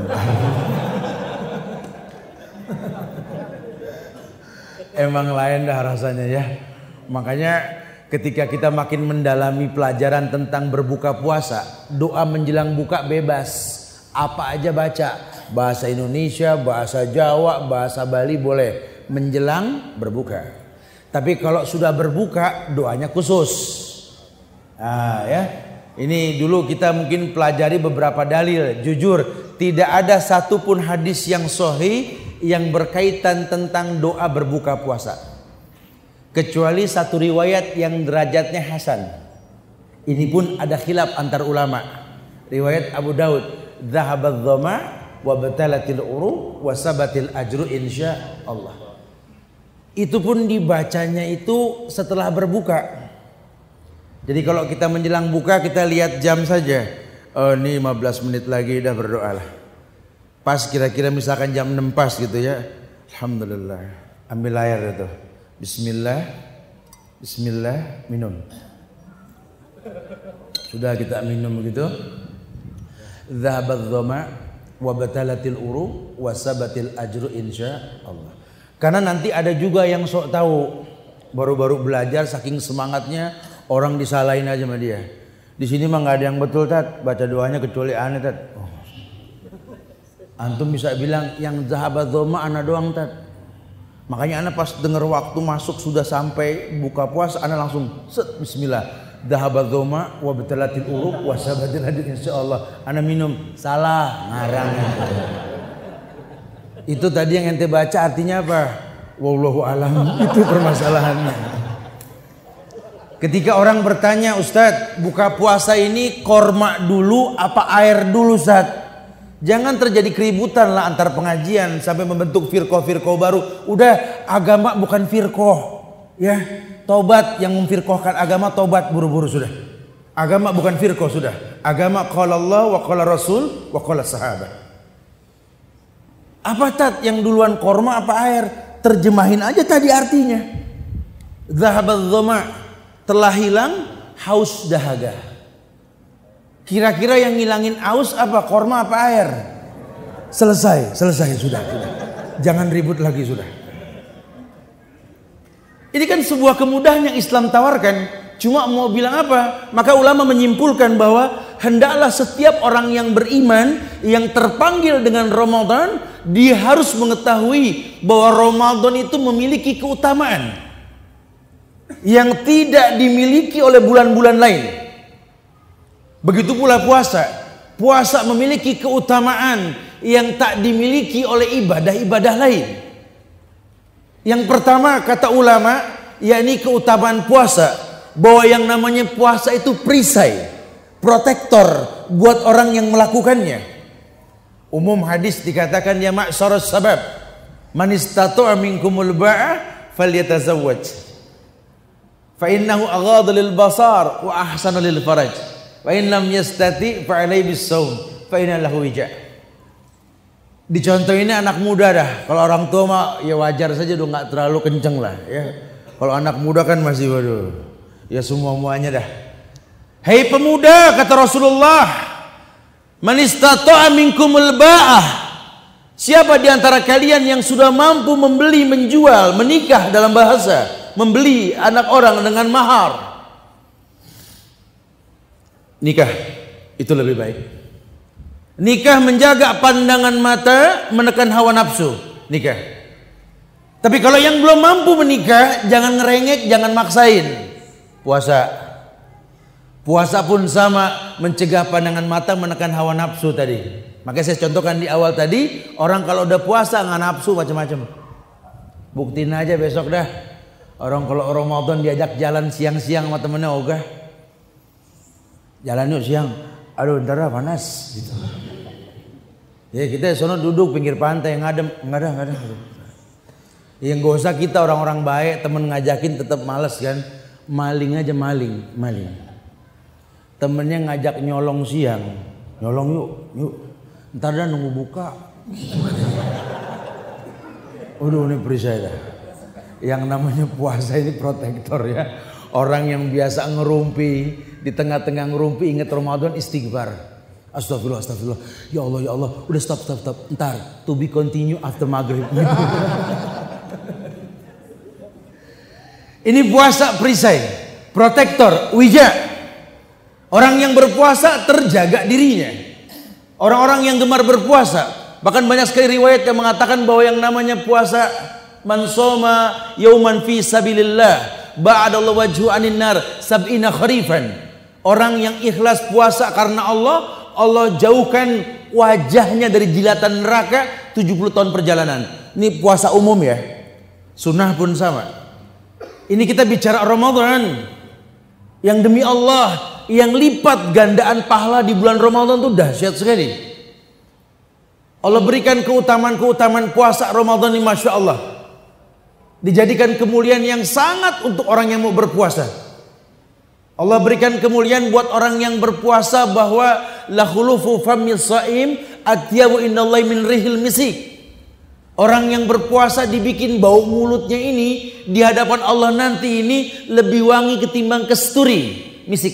Emang lain dah rasanya ya. Makanya ketika kita makin mendalami pelajaran tentang berbuka puasa, doa menjelang buka bebas. Apa aja baca. Bahasa Indonesia, bahasa Jawa, bahasa Bali boleh. Menjelang berbuka. Tapi kalau sudah berbuka, doanya khusus. Nah ya. Ini dulu kita mungkin pelajari beberapa dalil. Jujur, tidak ada satupun hadis yang sahih yang berkaitan tentang doa berbuka puasa. Kecuali satu riwayat yang derajatnya hasan. Ini pun ada khilaf antar ulama. Riwayat Abu Daud, "Dhahabadz dhama wa batalatil uru wa sabatil ajru insya Allah." Itu pun dibacanya itu setelah berbuka. Jadi kalau kita menjelang buka kita lihat jam saja. Oh ini lima belas menit lagi dah berdoa lah. Pas kira-kira misalkan jam enam pas gitu ya. Alhamdulillah. Ambil air itu. Bismillah. Bismillah, minum. Sudah kita minum begitu. Dhahabadz dhama wa batalatil uru wa sabatil ajru insya Allah. Karena nanti ada juga yang sok tahu, baru-baru belajar saking semangatnya orang disalahin aja sama dia. Di sini mah nggak ada yang betul tat, baca doanya kecuali aneh tat. Oh. Antum bisa bilang yang dhahabadz dhama ana doang tat. Makanya ana pas dengar waktu masuk sudah sampai buka puasa, ana langsung set bismillah. Dhahabadz dhama wa batalatil uruq wa sabatil ajru insyaallah. Ana minum, salah ngarang. Itu tadi yang ente baca artinya apa? Wallahu alam. Itu permasalahannya. Ketika orang bertanya, Ustadz, buka puasa ini korma dulu apa air dulu Ustadz? Jangan terjadi keributan lah antar pengajian sampai membentuk firqoh-firqoh baru. Udah, agama bukan firqoh, ya. Tobat yang memfirqohkan agama, tobat buru-buru sudah. Agama bukan firqah sudah. Agama qala Allah wa qala Rasul wa qala sahabat. Apa tat yang duluan korma apa air? Terjemahin aja tadi artinya. Zahabadz dhama, telah hilang haus dahaga. Kira-kira yang ngilangin haus apa? Korma apa air? Selesai, selesai sudah, sudah. Jangan ribut lagi sudah. Ini kan sebuah kemudahan yang Islam tawarkan. Cuma mau bilang apa? Maka ulama menyimpulkan bahwa hendaklah setiap orang yang beriman yang terpanggil dengan Ramadan, dia harus mengetahui bahwa Ramadan itu memiliki keutamaan yang tidak dimiliki oleh bulan-bulan lain. Begitu pula puasa. Puasa memiliki keutamaan yang tak dimiliki oleh ibadah-ibadah lain. Yang pertama kata ulama, yakni keutamaan puasa, bahwa yang namanya puasa itu perisai, protektor buat orang yang melakukannya. Umum hadis dikatakan ya ma'syaras sabab, man istata'a minkumul ba'a falyatazawwaj fa innahu aghadhu lil basar wa ahsanu lil faraj wa in lam yastati fa alayhi bis shaum fa inna lahu wija'. Dicontohinnya anak muda dah. Kalau orang tua mah ya wajar saja, udah nggak terlalu kenceng lah ya. Kalau anak muda kan masih waduh, ya semua-muanya dah. Hei pemuda, kata Rasulullah, man istata'a minkumul ba'ah, siapa di antara kalian yang sudah mampu membeli, menjual, menikah dalam bahasa, membeli anak orang dengan mahar, nikah itu lebih baik. Nikah menjaga pandangan mata, menekan hawa nafsu, nikah. Tapi kalau yang belum mampu menikah, jangan ngerengek, jangan maksain. Puasa. Puasa pun sama, mencegah pandangan mata, menekan hawa nafsu tadi. Makanya saya contohkan di awal tadi, orang kalau udah puasa nggak nafsu macam-macam. Buktiin aja besok dah. Orang kalau Ramadan diajak jalan siang-siang sama temennya, ogah. Jalan yuk siang. Aduh ntar dah panas gitu. Ya kita sono duduk pinggir pantai ngadem, nggak ada, nggak ada. Yang gak usah kita orang-orang baik, temen ngajakin tetap males kan. Maling aja maling, maling. Temennya ngajak nyolong siang, nyolong yuk, yuk. Ntar dah nunggu buka. Udah ini perisai dah. Yang namanya puasa ini protektor ya. Orang yang biasa ngerumpi, di tengah-tengah ngerumpi ingat Ramadan istighfar. Astagfirullah, astagfirullah. Ya Allah, ya Allah. Udah stop, stop, stop. Ntar, to be continue after maghrib. Ini puasa perisai, protektor, wija. Orang yang berpuasa terjaga dirinya. Orang-orang yang gemar berpuasa, bahkan banyak sekali riwayat yang mengatakan bahwa yang namanya puasa, man shoma yauman fi sabilillah ba'adallahu wajhu anin nar sab'ina kharifan. Orang yang ikhlas puasa karena Allah, Allah jauhkan wajahnya dari jilatan neraka tujuh puluh tahun perjalanan. Ini puasa umum ya. Sunnah pun sama. Ini kita bicara Ramadan yang demi Allah, yang lipat gandaan pahala di bulan Ramadan itu dahsyat sekali. Allah berikan keutamaan-keutamaan puasa Ramadan ini, Masya Allah. Dijadikan kemuliaan yang sangat untuk orang yang mau berpuasa. Allah berikan kemuliaan buat orang yang berpuasa bahwa la khulufu famil shaim atyabu indallahi min rihil misik. Orang yang berpuasa dibikin bau mulutnya ini di hadapan Allah nanti ini lebih wangi ketimbang kesturi, misik.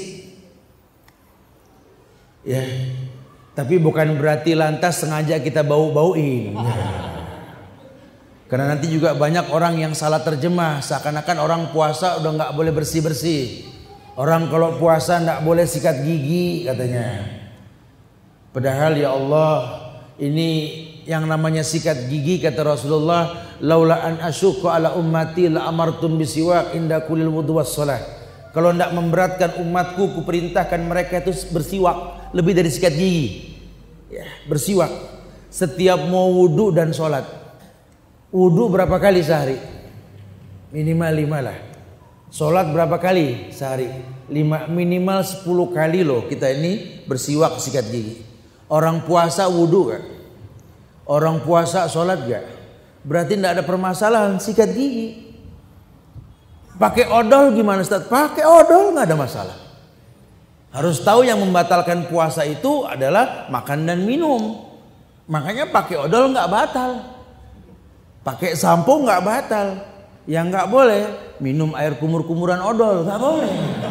Ya. Tapi bukan berarti lantas sengaja kita bau-bauin. Ya. Karena nanti juga banyak orang yang salah terjemah, seakan-akan orang puasa udah nggak boleh bersih-bersih. Orang kalau puasa nggak boleh sikat gigi katanya. Padahal ya Allah, ini yang namanya sikat gigi kata Rasulullah, laula an asyqa ala ummati la amartum bisiwak inda kulil wudu was shalah. Kalau tidak memberatkan umatku, kuperintahkan mereka itu bersiwak lebih dari sikat gigi. Ya, bersiwak setiap mau wudu dan sholat. Wudu berapa kali sehari? Minimal lima lah. Sholat berapa kali sehari? Lima, minimal sepuluh kali loh kita ini bersiwak sikat gigi. Orang puasa wudu gak? Orang puasa sholat gak? Berarti tidak ada permasalahan sikat gigi. Pakai odol gimana Ustaz? Pakai odol nggak ada masalah. Harus tahu yang membatalkan puasa itu adalah makan dan minum. Makanya pakai odol nggak batal, pakai sampo nggak batal. Yang nggak boleh minum air kumur-kumuran odol, nggak boleh.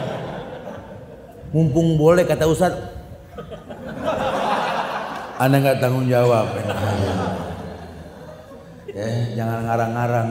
Mumpung boleh kata Ustadz, Anda nggak tanggung jawab. Ya, jangan ngarang-ngarang.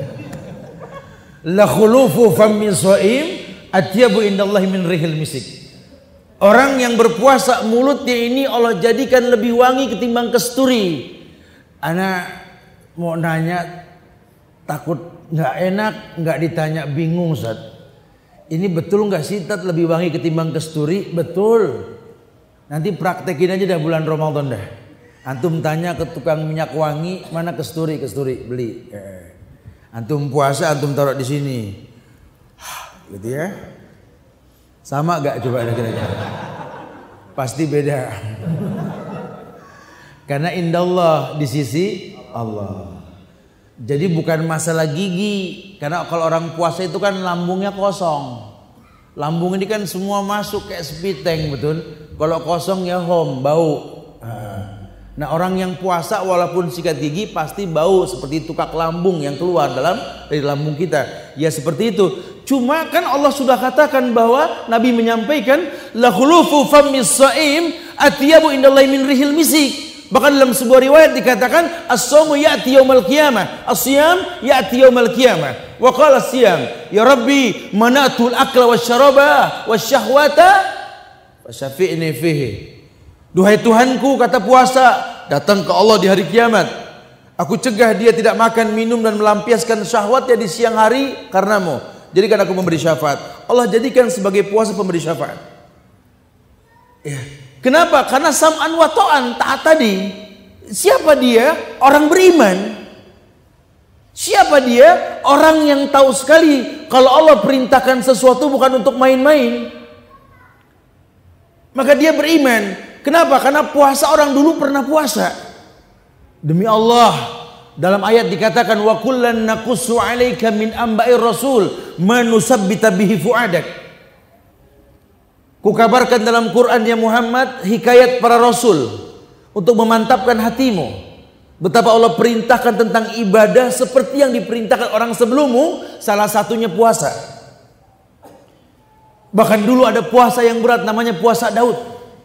La khulufu fammi shaim atyabu indallahi min rihil misik. Orang yang berpuasa mulutnya ini Allah jadikan lebih wangi ketimbang kesturi. Ana mau nanya, takut nggak enak, nggak ditanya bingung Ustaz. Ini betul nggak sih Tat lebih wangi ketimbang kesturi? Betul. Nanti praktekin aja dah bulan Ramadan dah. Antum tanya ke tukang minyak wangi, mana kesturi? Kesturi beli. Antum puasa, antum taruh di sini, gitu ya. Sama gak coba ada kira-kira? Pasti beda. Karena indallah di sisi Allah. Jadi bukan masalah gigi. Karena kalau orang puasa itu kan lambungnya kosong. Lambung ini kan semua masuk kayak sepiteng, betul? Kalau kosong ya hom, bau. Nah orang yang puasa walaupun sikat gigi pasti bau seperti tukak lambung yang keluar dalam dari lambung kita. Ya seperti itu. Cuma kan Allah sudah katakan bahwa Nabi menyampaikan la khulufu fammis shaim atyabu indallahi min rihil misik. Bahkan dalam sebuah riwayat dikatakan as-shaumu ya'ti yaumal qiyamah, as-shiyam ya'ti yaumal qiyamah. Wa qala as-shiyam ya rabbi mana'tul akla wasyaraba wasyahwata fasyafi'ni fihi. Duhai Tuhanku, kata puasa, datang ke Allah di hari kiamat. Aku cegah dia tidak makan, minum dan melampiaskan syahwatnya di siang hari karenamu. Jadikan aku memberi syafaat. Allah jadikan sebagai puasa pemberi syafaat. Ya. Kenapa? Karena sam'an wa ta'an, taat tadi. Siapa dia? Orang beriman. Siapa dia? Orang yang tahu sekali kalau Allah perintahkan sesuatu bukan untuk main-main. Maka dia beriman. Kenapa? Karena puasa orang dulu pernah puasa. Demi Allah. Dalam ayat dikatakan wa kullan naqussu 'alaika min amba'ir rasul ma nusabbita bihi fu'adak. Kukabarkan dalam Quran ya Muhammad hikayat para rasul untuk memantapkan hatimu. Betapa Allah perintahkan tentang ibadah seperti yang diperintahkan orang sebelummu, salah satunya puasa. Bahkan dulu ada puasa yang berat namanya puasa Daud.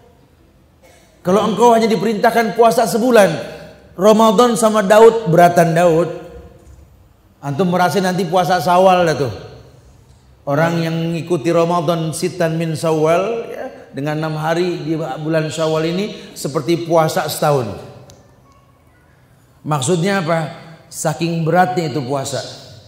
Kalau engkau hanya diperintahkan puasa sebulan, Ramadan sama Daud, beratan Daud. Antum merasa nanti puasa Syawal dah tuh. Orang yang mengikuti Ramadan sitan min Syawal ya, dengan enam hari di bulan Syawal ini seperti puasa setahun. Maksudnya apa? Saking beratnya itu puasa.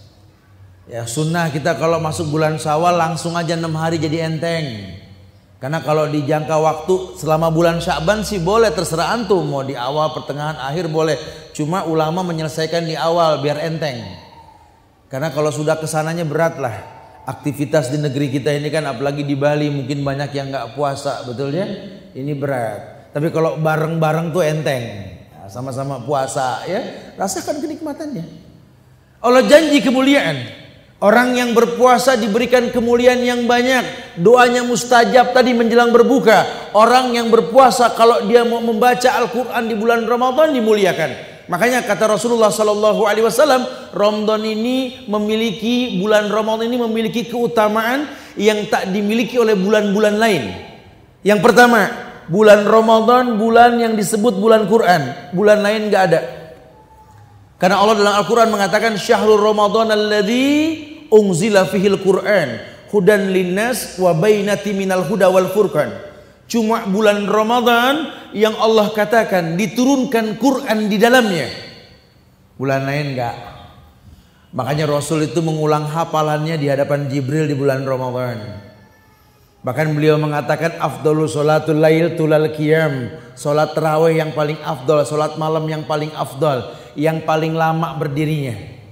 Ya sunnah kita kalau masuk bulan Syawal langsung aja enam hari jadi enteng. Karena kalau dijangka waktu selama bulan Sya'ban sih boleh, terserah antum mau di awal, pertengahan, akhir boleh. Cuma ulama menyelesaikan di awal biar enteng. Karena kalau sudah kesananya berat lah. Aktivitas di negeri kita ini kan apalagi di Bali mungkin banyak yang nggak puasa, betulnya ini berat. Tapi kalau bareng-bareng tuh enteng, nah, sama-sama puasa ya, rasakan kenikmatannya. Allah janji kemuliaan. Orang yang berpuasa diberikan kemuliaan yang banyak. Doanya mustajab tadi menjelang berbuka. Orang yang berpuasa kalau dia mau membaca Al-Quran di bulan Ramadan dimuliakan. Makanya kata Rasulullah Sallallahu Alaihi Wasallam, Ramadan ini memiliki bulan Ramadan ini memiliki keutamaan yang tak dimiliki oleh bulan-bulan lain. Yang pertama, bulan Ramadan bulan yang disebut bulan Quran. Bulan lain nggak ada. Karena Allah dalam Al-Quran mengatakan Syahrul Ramadan alladzi unzila fihil Quran hudan linnas wa bainati minal huda wal furqan. Cuma bulan Ramadan yang Allah katakan diturunkan Quran di dalamnya. Bulan lain enggak. Makanya Rasul itu mengulang hafalannya di hadapan Jibril di bulan Ramadan. Bahkan beliau mengatakan afdalu sholatul lail tulal qiyam. Salat tarawih yang paling afdal, salat malam yang paling afdal, yang paling lama berdirinya.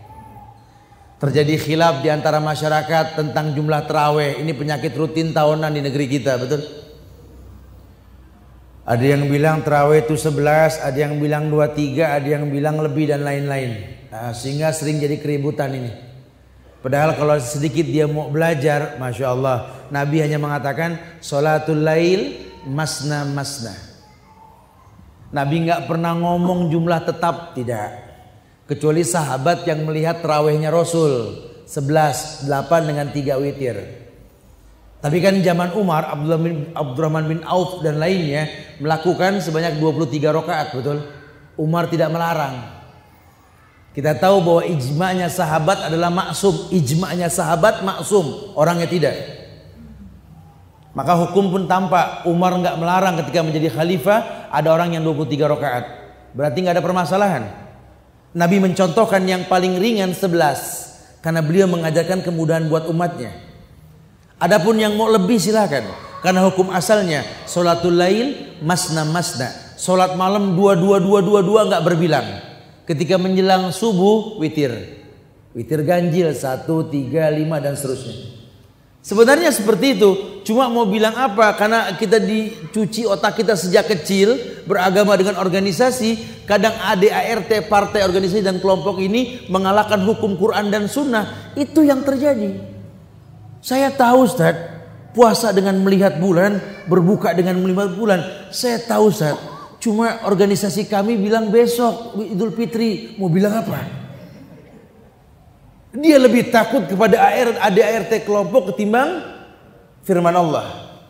Terjadi khilaf di antara masyarakat tentang jumlah tarawih. Ini penyakit rutin tahunan di negeri kita, betul? Ada yang bilang tarawih itu sebelas, ada yang bilang dua puluh tiga, ada yang bilang lebih dan lain-lain. Nah, sehingga sering jadi keributan ini. Padahal kalau sedikit dia mau belajar, Masya Allah, Nabi hanya mengatakan sholatul lail masna masna. Nabi nggak pernah ngomong jumlah tetap, tidak. Kecuali sahabat yang melihat tarawihnya Rasul sebelas, delapan dengan tiga witir. Tapi kan zaman Umar, Abdurrahman bin Auf dan lainnya melakukan sebanyak dua puluh tiga rakaat, betul? Umar tidak melarang. Kita tahu bahwa ijma'nya sahabat adalah maksum. Ijma'nya sahabat maksum, orangnya tidak. Maka hukum pun tampak. Umar nggak melarang ketika menjadi khalifah ada orang yang dua puluh tiga rakaat. Berarti nggak ada permasalahan. Nabi mencontohkan yang paling ringan sebelas karena beliau mengajarkan kemudahan buat umatnya. Adapun yang mau lebih silakan. Karena hukum asalnya sholatul lail masna masna. Sholat malam dua dua dua dua dua nggak berbilang. Ketika menjelang subuh witir, witir ganjil satu, tiga, lima dan seterusnya. Sebenarnya seperti itu. Cuma mau bilang apa? Karena kita dicuci otak kita sejak kecil beragama dengan organisasi. Kadang A D A R T partai organisasi dan kelompok ini mengalahkan hukum Quran dan Sunnah. Itu yang terjadi. Saya tahu Ustaz, puasa dengan melihat bulan, berbuka dengan melihat bulan. Saya tahu Ustaz. Cuma organisasi kami bilang besok Idul Fitri. Mau bilang apa? Dia lebih takut kepada A D A R T kelompok ketimbang firman Allah.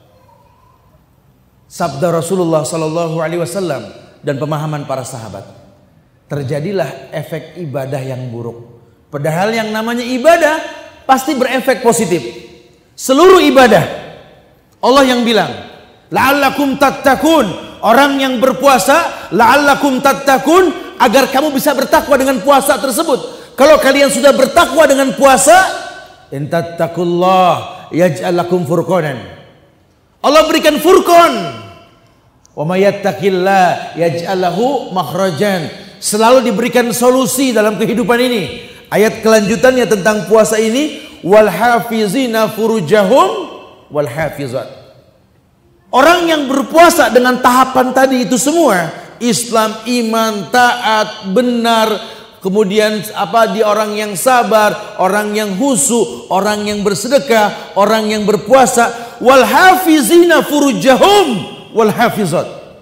Sabda Rasulullah Sallallahu Alaihi Wasallam dan pemahaman para sahabat. Terjadilah efek ibadah yang buruk. Padahal yang namanya ibadah pasti berefek positif. Seluruh ibadah Allah yang bilang, la'allakum tattaqun. Orang yang berpuasa, la'allakum tattaqun, agar kamu bisa bertakwa dengan puasa tersebut. Kalau kalian sudah bertakwa dengan puasa, in tattaqullah yaj'al lakum furqanan. Allah berikan furqan. Wa may yattaqillah yaj'al lahu makhrajan. Selalu diberikan solusi dalam kehidupan ini. Ayat kelanjutannya tentang puasa ini, wal hafizina furujahum wal hafizat. Orang yang berpuasa dengan tahapan tadi itu semua, Islam, iman, taat, benar, kemudian apa dia orang yang sabar, orang yang khusyuk, orang yang bersedekah, orang yang berpuasa, wal hafizina furujahum wal hafizat.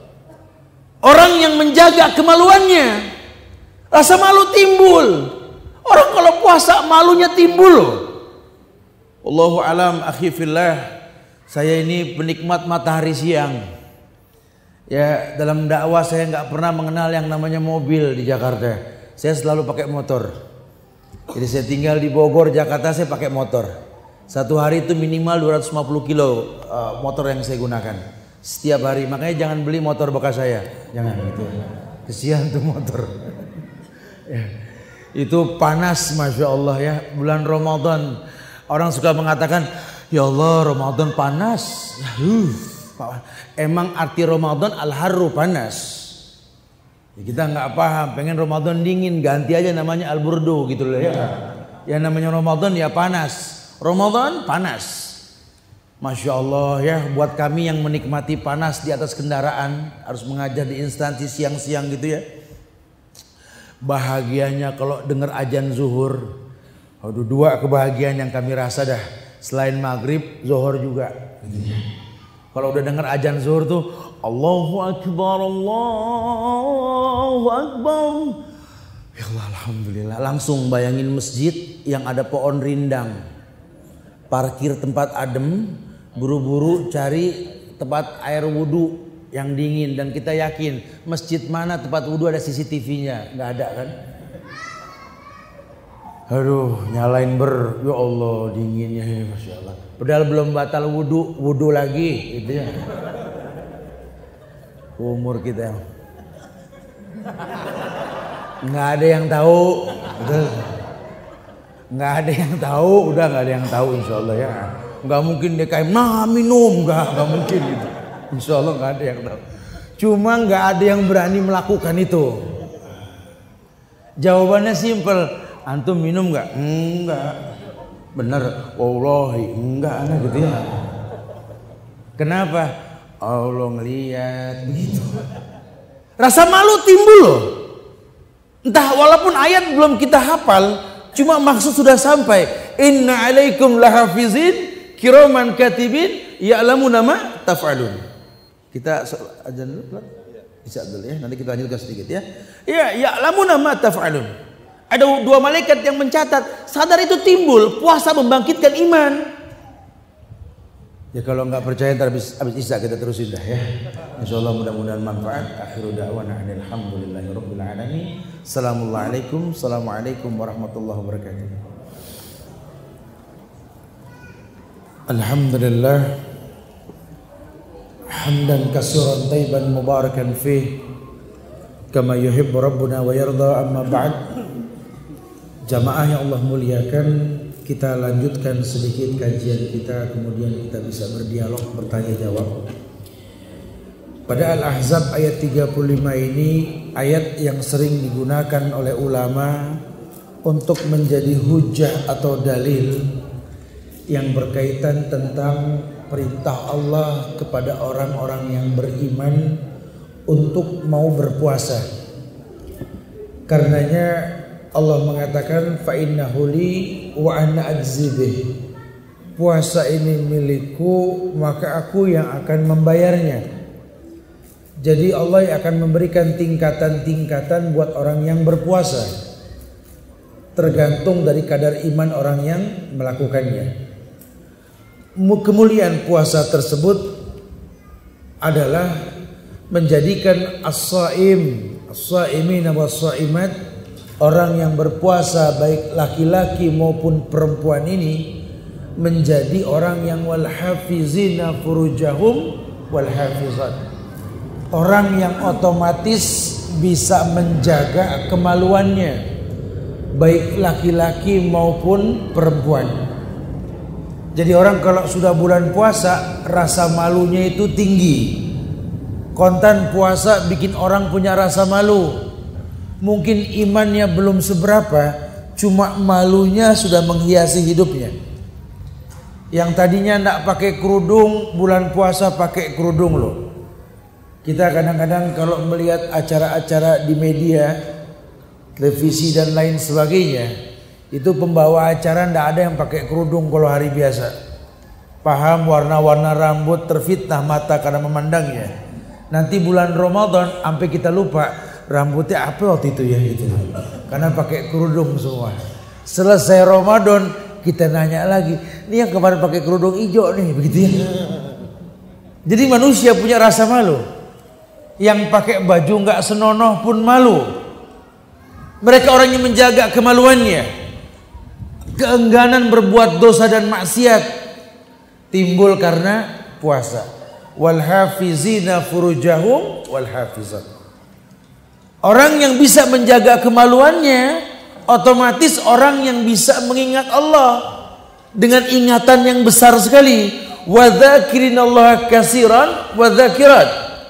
Orang yang menjaga kemaluannya. Rasa malu timbul. Orang kalau puasa malunya timbul. Allahu alam, akhi fillah. Saya ini penikmat matahari siang. Ya, dalam dakwah saya nggak pernah mengenal yang namanya mobil di Jakarta. Saya selalu pakai motor. Jadi saya tinggal di Bogor, Jakarta, saya pakai motor. Satu hari itu minimal dua ratus lima puluh kilo uh, motor yang saya gunakan setiap hari. Makanya jangan beli motor bekas saya, jangan gitu. Kesian tuh motor. Ya. Itu panas, masya Allah ya. Bulan Ramadan orang suka mengatakan, ya Allah Ramadan panas. Uh, emang arti Ramadan al-harru panas. Ya, kita nggak paham, pengen Ramadan dingin, ganti aja namanya al-burdu gitu loh ya. Yang namanya Ramadan ya panas. Ramadan panas. Masya Allah ya, buat kami yang menikmati panas di atas kendaraan, harus mengajar di instansi siang-siang gitu ya. Bahagianya kalau dengar azan zuhur. Aduh, dua kebahagiaan yang kami rasa dah. Selain maghrib, zuhur juga. Kalau udah dengar azan zuhur tuh, Allahu Akbar, Allahu Akbar. Ya Allah, alhamdulillah. Langsung bayangin masjid yang ada pohon rindang, parkir tempat adem, buru-buru cari tempat air wudhu yang dingin, dan kita yakin masjid mana tempat wudhu ada C C T V-nya, nggak ada kan? Aduh, nyalain ber, ya Allah dinginnya ini, masya Allah. Padahal belum batal wudhu, wudhu lagi, gitu ya. Umur kita nggak ada yang tahu, betul. Nggak ada yang tahu, udah nggak ada yang tahu, insya Allah ya. Nggak mungkin D K M, nah minum, nggak, nggak mungkin gitu. Insya Allah nggak ada yang tahu. Cuma nggak ada yang berani melakukan itu. Jawabannya simpel. Antum minum nggak? Enggak. Bener. Wallahi enggak, enggak gitu ya. Kenapa? Allah ngeliat begitu. Rasa malu timbul loh. Entah walaupun ayat belum kita hafal, cuma maksud sudah sampai. Inna alaikum lahafizin kiraman katibin ya'lamuna ma taf'alun. Kita ajan dulu pelan. Bisa dulu ya, nanti kita lanjutkan sedikit ya. Ya, ya'lamuna ma taf'alun. Ada dua malaikat yang mencatat. Sadar itu timbul, puasa membangkitkan iman. Ya kalau nggak percaya ntar habis habis isya kita terusin dah ya. Insyaallah mudah-mudahan manfaat. Akhiru da'wana alhamdulillahirabbil alamin. Assalamualaikum Assalamualaikum warahmatullahi wabarakatuh. Alhamdulillah hamdan katsiran thayyiban mubarakan fih kama yuhibbu rabbuna wa yarda. Amma ba'd. Jamaah yang Allah muliakan, kita lanjutkan sedikit kajian kita, kemudian kita bisa berdialog, bertanya jawab. Pada Al-Ahzab ayat tiga puluh lima ini ayat yang sering digunakan oleh ulama untuk menjadi hujah atau dalil yang berkaitan tentang perintah Allah kepada orang-orang yang beriman untuk mau berpuasa. Karenanya Allah mengatakan fa innahu li wa ana ajzi bih. Puasa ini milikku, maka aku yang akan membayarnya. Jadi Allah yang akan memberikan tingkatan-tingkatan buat orang yang berpuasa, tergantung dari kadar iman orang yang melakukannya. Kemuliaan puasa tersebut adalah menjadikan as-shaim, as-shaimina was-shaimat, orang yang berpuasa baik laki-laki maupun perempuan ini menjadi orang yang wal hafizina furujahum wal hafizat, orang yang otomatis bisa menjaga kemaluannya baik laki-laki maupun perempuan. Jadi orang kalau sudah bulan puasa rasa malunya itu tinggi. Kontan puasa bikin orang punya rasa malu. Mungkin imannya belum seberapa, cuma malunya sudah menghiasi hidupnya. Yang tadinya tidak pakai kerudung, bulan puasa pakai kerudung loh. Kita kadang-kadang kalau melihat acara-acara di media, televisi dan lain sebagainya, itu pembawa acara tidak ada yang pakai kerudung kalau hari biasa. Paham warna-warna rambut, terfitnah mata karena memandangnya. Nanti bulan Ramadan sampai kita lupa rambutnya apa waktu itu ya gitu. Karena pakai kerudung semua. Selesai Ramadan kita nanya lagi, ini yang kemarin pakai kerudung hijau nih, begitu ya. Jadi manusia punya rasa malu. Yang pakai baju nggak senonoh pun malu. Mereka orang yang menjaga kemaluannya. Keengganan berbuat dosa dan maksiat timbul karena puasa. Wal hafizina furujahum wal hafizat. Orang yang bisa menjaga kemaluannya otomatis orang yang bisa mengingat Allah dengan ingatan yang besar sekali. Wa dzakirinallaha katsiran wa dzakirat.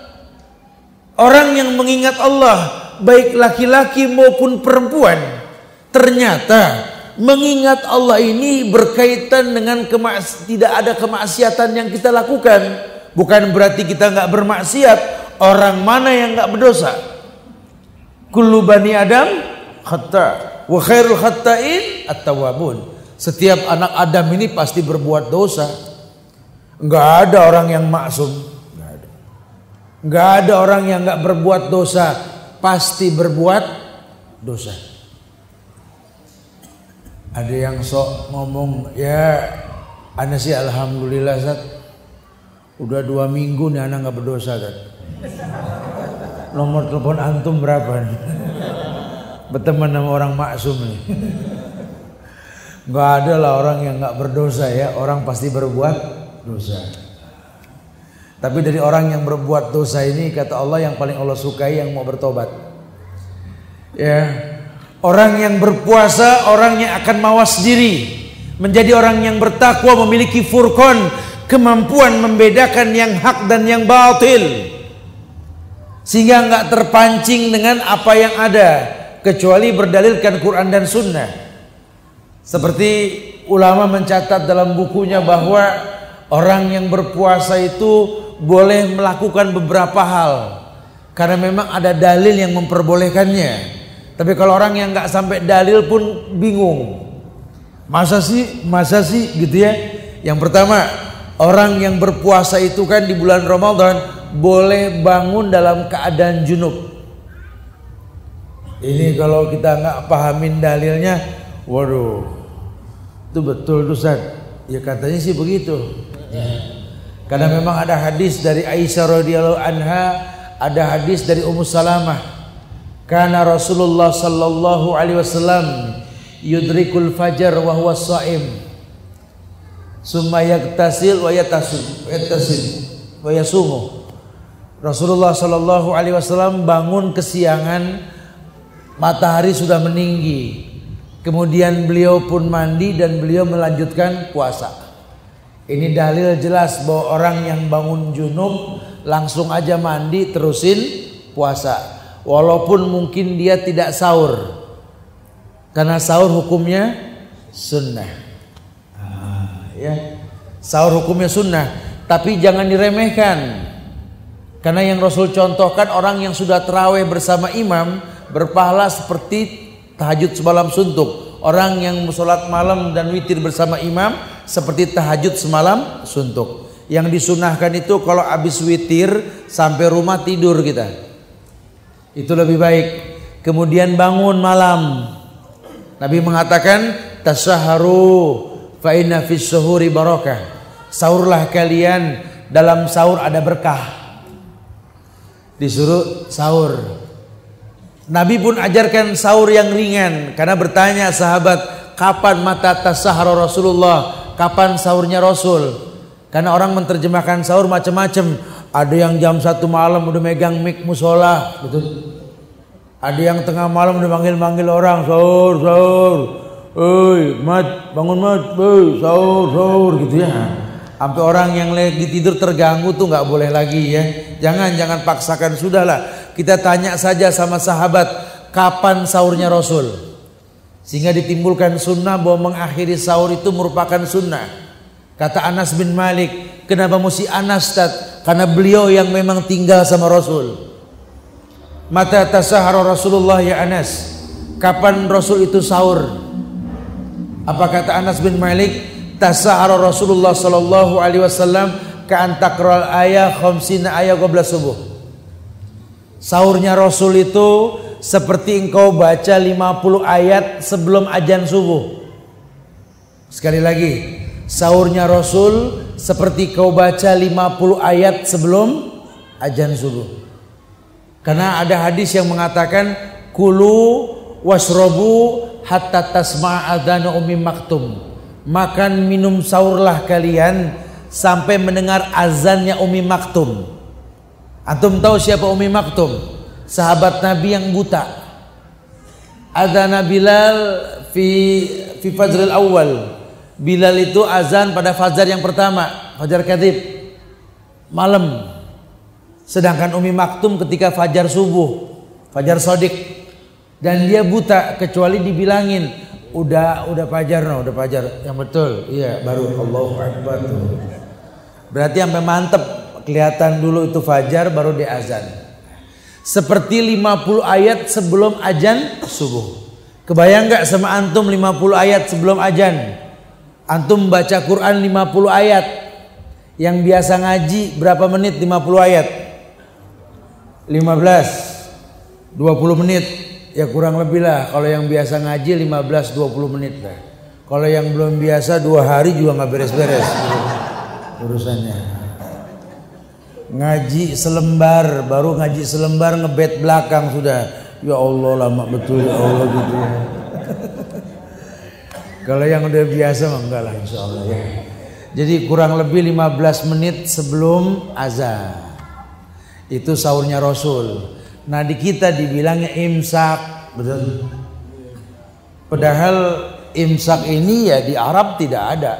Orang yang mengingat Allah baik laki-laki maupun perempuan, ternyata mengingat Allah ini berkaitan dengan kemaks- tidak ada kemaksiatan yang kita lakukan. Bukan berarti kita enggak bermaksiat. Orang mana yang enggak berdosa? Kullu bani Adam khata' wa khairul khata'in at-tawwabun. Setiap anak Adam ini pasti berbuat dosa. Enggak ada orang yang maksum. Enggak ada. Enggak ada orang yang enggak berbuat dosa, pasti berbuat dosa. Ada yang sok ngomong, ya ana sih alhamdulillah Zat, udah dua minggu nih anak enggak berdosa Zat. Nomor telepon antum berapa nih? Berteman sama orang maksum nih. Gak ada lah orang yang gak berdosa ya. Orang pasti berbuat dosa. Tapi dari orang yang berbuat dosa ini, kata Allah, yang paling Allah sukai yang mau bertobat. Ya, orang yang berpuasa, orang yang akan mawas diri, menjadi orang yang bertakwa, memiliki furqan, kemampuan membedakan yang hak dan yang batil, sehingga nggak terpancing dengan apa yang ada, kecuali berdalilkan Quran dan Sunnah. Seperti ulama mencatat dalam bukunya bahwa orang yang berpuasa itu boleh melakukan beberapa hal karena memang ada dalil yang memperbolehkannya. Tapi kalau orang yang nggak sampai dalil pun bingung, Masa sih, masa sih gitu ya. Yang pertama, orang yang berpuasa itu kan di bulan Ramadan boleh bangun dalam keadaan junub. Ini kalau kita nggak pahamin dalilnya, waduh, itu betul tuh Ustaz. Ya katanya sih begitu. Karena memang ada hadis dari Aisyah radhiyallahu anha, ada hadis dari Ummu Salamah. Karena Rasulullah sallallahu alaihi wasallam yudrikul fajar wa huwa shaim. Summa yaktasil wa yatasul, yatasil wa yasumu. Rasulullah sallallahu alaihi wasallam bangun kesiangan, matahari sudah meninggi. Kemudian beliau pun mandi dan beliau melanjutkan puasa. Ini dalil jelas bahwa orang yang bangun junub langsung aja mandi terusin puasa. Walaupun mungkin dia tidak sahur. Karena sahur hukumnya sunnah. Ah, ya. Sahur hukumnya sunnah, tapi jangan diremehkan. Karena yang Rasul contohkan orang yang sudah tarawih bersama imam berpahala seperti tahajud semalam suntuk. Orang yang sholat malam dan witir bersama imam seperti tahajud semalam suntuk. Yang disunahkan itu kalau habis witir sampai rumah tidur kita, itu lebih baik. Kemudian bangun malam. Nabi mengatakan tasahharu fa inna fis suhuri barakah. Sahurlah kalian, dalam sahur ada berkah. Disuruh sahur. Nabi pun ajarkan sahur yang ringan. Karena bertanya sahabat, kapan mata tasahhara Rasulullah, kapan sahurnya Rasul? Karena orang menerjemahkan sahur macam-macam. Ada yang jam satu malam udah megang mic musola, betul. Ada yang tengah malam udah manggil-manggil orang, sahur, sahur, oi, mat, bangun mat, oi, sahur, sahur, gitu ya. Sampai orang yang lagi tidur terganggu tuh nggak boleh lagi ya. Jangan, jangan paksakan, sudahlah. Kita tanya saja sama sahabat, kapan sahurnya Rasul? Sehingga ditimbulkan sunnah bahwa mengakhiri sahur itu merupakan sunnah. Kata Anas bin Malik, kenapa mesti Anas, Tad? Karena beliau yang memang tinggal sama Rasul. Mata tasahhara Rasulullah ya Anas, kapan Rasul itu sahur? Apa kata Anas bin Malik? Tasahhara Rasulullah sallallahu alaihi wasallam ka antaqral ayat khamsina ayat qabla subuh. Sahurnya Rasul itu seperti engkau baca lima puluh ayat sebelum azan subuh. Sekali lagi, sahurnya Rasul seperti kau baca lima puluh ayat sebelum azan subuh. Karena ada hadis yang mengatakan kulu washrobu hatta tasma'a adzana ummi maktum. Makan minum sahurlah kalian sampai mendengar azannya Ummi Maktum. Antum tahu siapa Ummi Maktum? Sahabat Nabi yang buta. Adzana Bilal fi fi fajril awal. Bilal itu azan pada fajar yang pertama, fajar kadhib, malam. Sedangkan Ummi Maktum ketika fajar subuh, fajar sodik, dan dia buta kecuali dibilangin, udah udah fajar, no, udah fajar, yang betul, iya, baru Allahu Akbar tuh. Berarti sampai mantep, kelihatan dulu itu fajar, baru dia azan. Seperti lima puluh ayat sebelum azan subuh. Kebayang nggak sama antum lima puluh ayat sebelum azan? Antum baca Quran lima puluh ayat. Yang biasa ngaji berapa menit lima puluh ayat? lima belas, dua puluh menit. Ya kurang lebih lah. Kalau yang biasa ngaji lima belas dua puluh menit lah. Kalau yang belum biasa dua hari juga nggak beres-beres urusannya. Ngaji selembar, baru ngaji selembar ngebet belakang sudah. Ya Allah lama betul ya Allah gitu ya. Kalau yang udah biasa mah enggak lah insya Allah ya. Jadi kurang lebih lima belas menit sebelum azan. Itu sahurnya Rasul. Nah di kita dibilangnya imsak, betul. Padahal imsak ini ya di Arab tidak ada.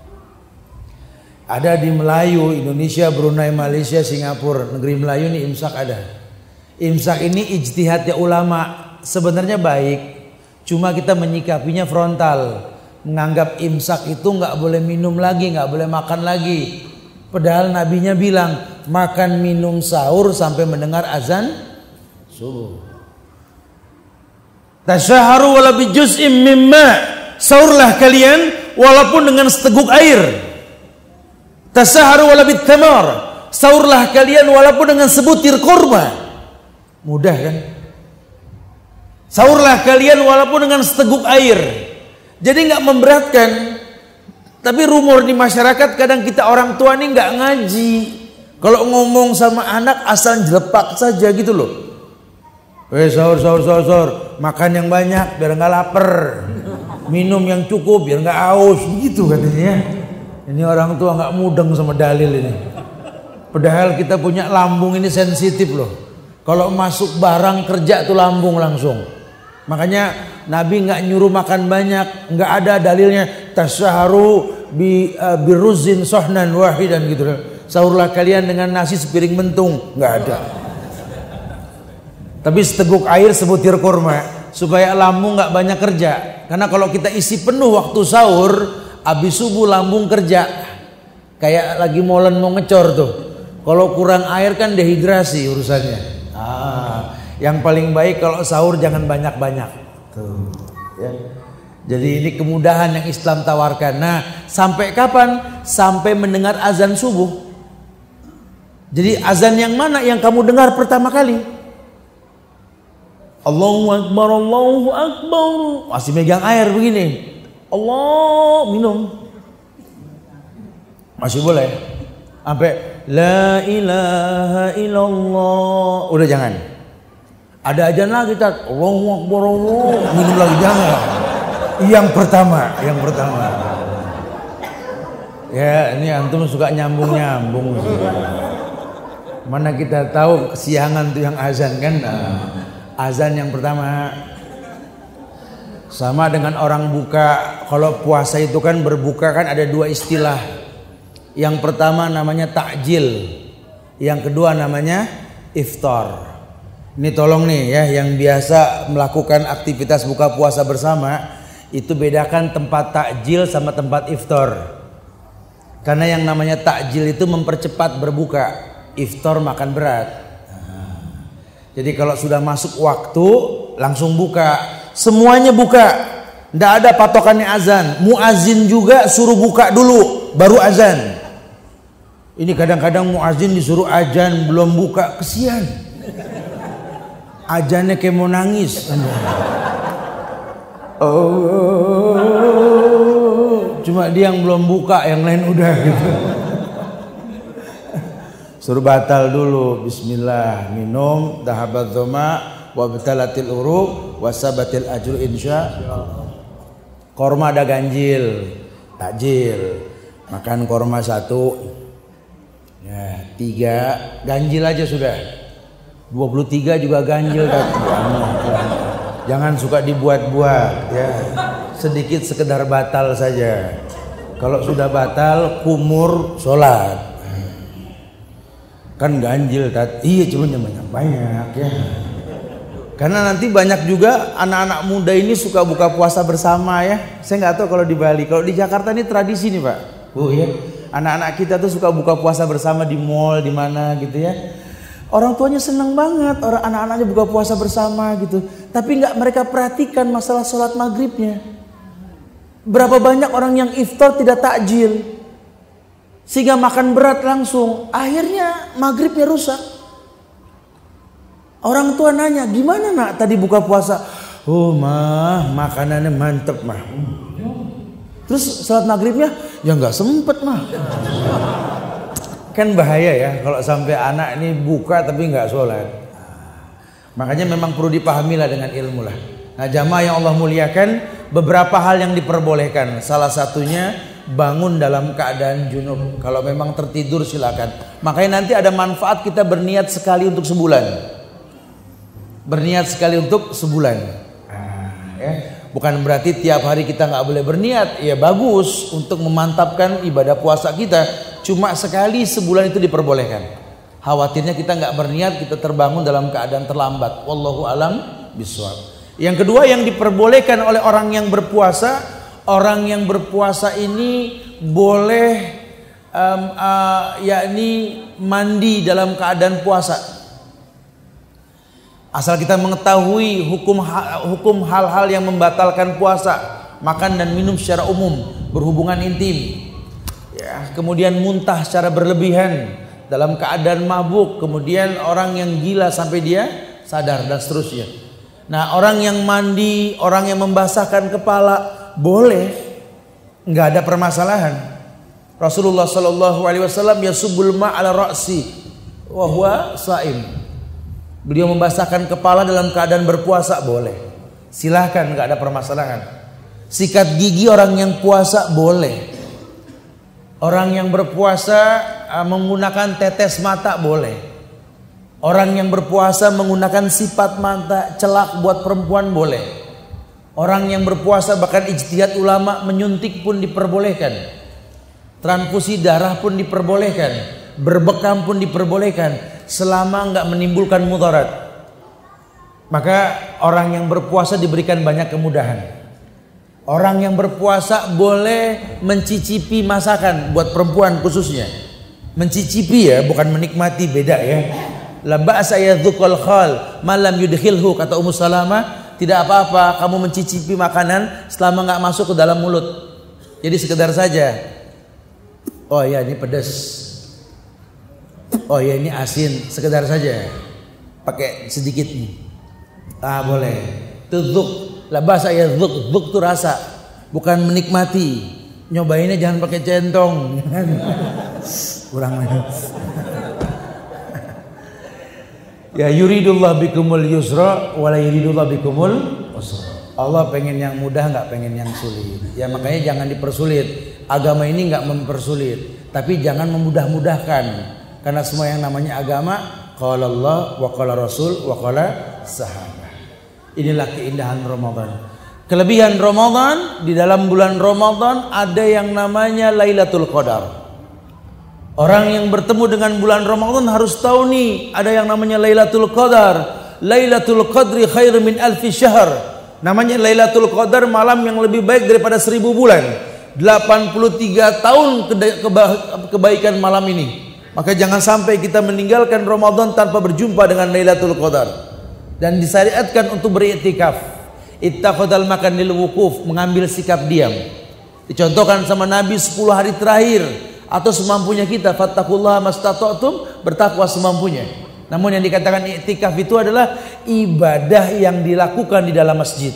Ada di Melayu, Indonesia, Brunei, Malaysia, Singapura, negeri Melayu ini imsak ada. Imsak ini ijtihadnya ulama, sebenarnya baik. Cuma kita menyikapinya frontal, menganggap imsak itu nggak boleh minum lagi, nggak boleh makan lagi. Padahal nabinya bilang makan minum sahur sampai mendengar azan subuh. Tasyaharu wala bi juz'im mimma, sahurlah kalian walaupun dengan seteguk air. Tasaharu wala bitamar, sahurlah kalian walaupun dengan sebutir kurma. Mudah kan? Sahurlah kalian walaupun dengan seteguk air. Jadi nggak memberatkan. Tapi rumor di masyarakat kadang kita orang tua ini nggak ngaji. Kalau ngomong sama anak asal jelepak saja gitu loh. Eh sahur sahur sahur sahur, makan yang banyak biar nggak lapar, minum yang cukup biar nggak haus, begitu katanya. Ini orang tua nggak mudeng sama dalil ini. Padahal kita punya lambung ini sensitif loh. Kalau masuk barang kerja tuh lambung langsung. Makanya Nabi nggak nyuruh makan banyak, nggak ada dalilnya tasyaharu bi uh, biruzin sohnan wahidan gitu. Sahurlah kalian dengan nasi sepiring mentung, nggak ada. Tapi seteguk air sebutir kurma supaya lambung nggak banyak kerja. Karena kalau kita isi penuh waktu sahur, habis subuh lambung kerja kayak lagi molen mau ngecor tuh. Kalau kurang air kan dehidrasi urusannya. Ah, yang paling baik kalau sahur jangan banyak-banyak. Tuh, ya. Jadi ini kemudahan yang Islam tawarkan. Nah, sampai kapan? Sampai mendengar azan subuh. Jadi azan yang mana yang kamu dengar pertama kali? Allahu Akbar, Allahu Akbar. Masih megang air begini. Allah, minum. Masih boleh. Sampai la ilaha illallah. Udah jangan. Ada ajan lagi tat. Allahu Akbar, Allah. Minum lagi jangan. Yang pertama, yang pertama. Ya, ini antum suka nyambung-nyambung. Mana kita tahu kesiangan tuh yang azan kan? Nah, azan yang pertama sama dengan orang buka. Kalau puasa itu kan berbuka kan ada dua istilah. Yang pertama namanya takjil, yang kedua namanya iftar. Ini tolong nih ya, yang biasa melakukan aktivitas buka puasa bersama itu bedakan tempat takjil sama tempat iftar. Karena yang namanya takjil itu mempercepat berbuka, iftar makan berat. Nah, jadi kalau sudah masuk waktu langsung buka, semuanya buka, tidak ada patokannya azan. Muazin juga suruh buka dulu, baru azan. Ini kadang-kadang muazin disuruh azan belum buka, kesian. Azannya kayak mau nangis. Oh, cuma dia yang belum buka, yang lain udah gitu. Suruh batal dulu. Bismillah, minum, dahabat dhoma, wabtalatil uruq, wasabatil ajru insyaallah. Korma ada ganjil, takjil. Makan korma satu, ya tiga, ganjil aja sudah. Dua puluh tiga juga ganjil kan. Jangan suka dibuat-buat ya. Sedikit sekedar batal saja. Kalau sudah batal kumur sholat. Kan ganjil tat. Iya cuma banyak banyak ya. Karena nanti banyak juga anak-anak muda ini suka buka puasa bersama ya. Saya nggak tahu kalau di Bali. Kalau di Jakarta ini tradisi nih Pak. Bu ya. Anak-anak kita tuh suka buka puasa bersama di mall di mana gitu ya. Orang tuanya senang banget orang anak-anaknya buka puasa bersama gitu. Tapi nggak mereka perhatikan masalah sholat maghribnya. Berapa banyak orang yang iftar tidak takjil, sehingga makan berat langsung. Akhirnya maghribnya rusak. Orang tua nanya, gimana nak tadi buka puasa? Oh mah makanannya mantep mah. Terus sholat maghribnya ya nggak sempet mah. Kan bahaya ya kalau sampai anak ini buka tapi nggak sholat. Makanya memang perlu dipahami lah dengan ilmu lah. Nah jamaah yang Allah muliakan, beberapa hal yang diperbolehkan. Salah satunya bangun dalam keadaan junub. Kalau memang tertidur silakan. Makanya nanti ada manfaat kita berniat sekali untuk sebulan. Berniat sekali untuk sebulan. Nah, ya. Bukan berarti tiap hari kita nggak boleh berniat. Ya bagus untuk memantapkan ibadah puasa kita. Cuma sekali sebulan itu diperbolehkan. Khawatirnya kita nggak berniat, kita terbangun dalam keadaan terlambat. Wallahu alam bishawab. Yang kedua yang diperbolehkan oleh orang yang berpuasa, orang yang berpuasa ini boleh um, uh, yakni mandi dalam keadaan puasa. Asal kita mengetahui hukum hukum hal-hal yang membatalkan puasa. makan dan minum secara umum, berhubungan intim. Ya, kemudian muntah secara berlebihan dalam keadaan mabuk, kemudian orang yang gila sampai dia sadar dan seterusnya. Nah, orang yang mandi, orang yang membasahkan kepala boleh, nggak ada permasalahan. Rasulullah Shallallahu Alaihi Wasallam yasubbul ma ala ra'si wa huwa shaim. Beliau membasahkan kepala dalam keadaan berpuasa boleh, silahkan, nggak ada permasalahan. Sikat gigi orang yang puasa boleh. Orang yang berpuasa uh, menggunakan tetes mata boleh. Orang yang berpuasa menggunakan sipat mata celak buat perempuan boleh. Orang yang berpuasa bahkan ijtihad ulama menyuntik pun diperbolehkan. Transfusi darah pun diperbolehkan. Berbekam pun diperbolehkan selama nggak menimbulkan mudarat. Maka orang yang berpuasa diberikan banyak kemudahan. Orang yang berpuasa boleh mencicipi masakan buat perempuan khususnya. Mencicipi ya, bukan menikmati, beda ya. La ba'sa yadzuqal khal malam yudkhilhu, kata Ummu Salamah, tidak apa-apa kamu mencicipi makanan selama enggak masuk ke dalam mulut. Jadi sekedar saja. Oh ya ini pedas. Oh ya ini asin, sekedar saja. Pakai sedikit nih. Ah boleh. Tudzuk. La ba'sa yadzuq, dzuk itu rasa, bukan menikmati. Nyobainnya jangan pakai centong. Kurang lagi. Ya yuridullah bikumul yusra wa la yuridullah bikumul usra. Allah pengen yang mudah, nggak pengen yang sulit. Ya makanya jangan dipersulit. Agama ini nggak mempersulit, tapi jangan memudah-mudahkan. Karena semua yang namanya agama, qala Allah wa qala Rasul wa qala sahabat. Inilah keindahan Ramadan. Kelebihan Ramadan, di dalam bulan Ramadan ada yang namanya Lailatul Qadar. Orang yang bertemu dengan bulan Ramadan harus tahu nih, ada yang namanya Lailatul Qadar. Lailatul Qadri khairu min alfi syahr. Namanya Lailatul Qadar, malam yang lebih baik daripada seribu bulan. delapan puluh tiga tahun kebaikan malam ini. Maka jangan sampai kita meninggalkan Ramadan tanpa berjumpa dengan Lailatul Qadar. Dan disyariatkan untuk beriktikaf. Ittaqadal makan lil wukuf, mengambil sikap diam. Dicontohkan sama Nabi sepuluh hari terakhir atau semampunya kita, fattaqullaha mastata'tum, bertakwa semampunya. Namun yang dikatakan iktikaf itu adalah ibadah yang dilakukan di dalam masjid.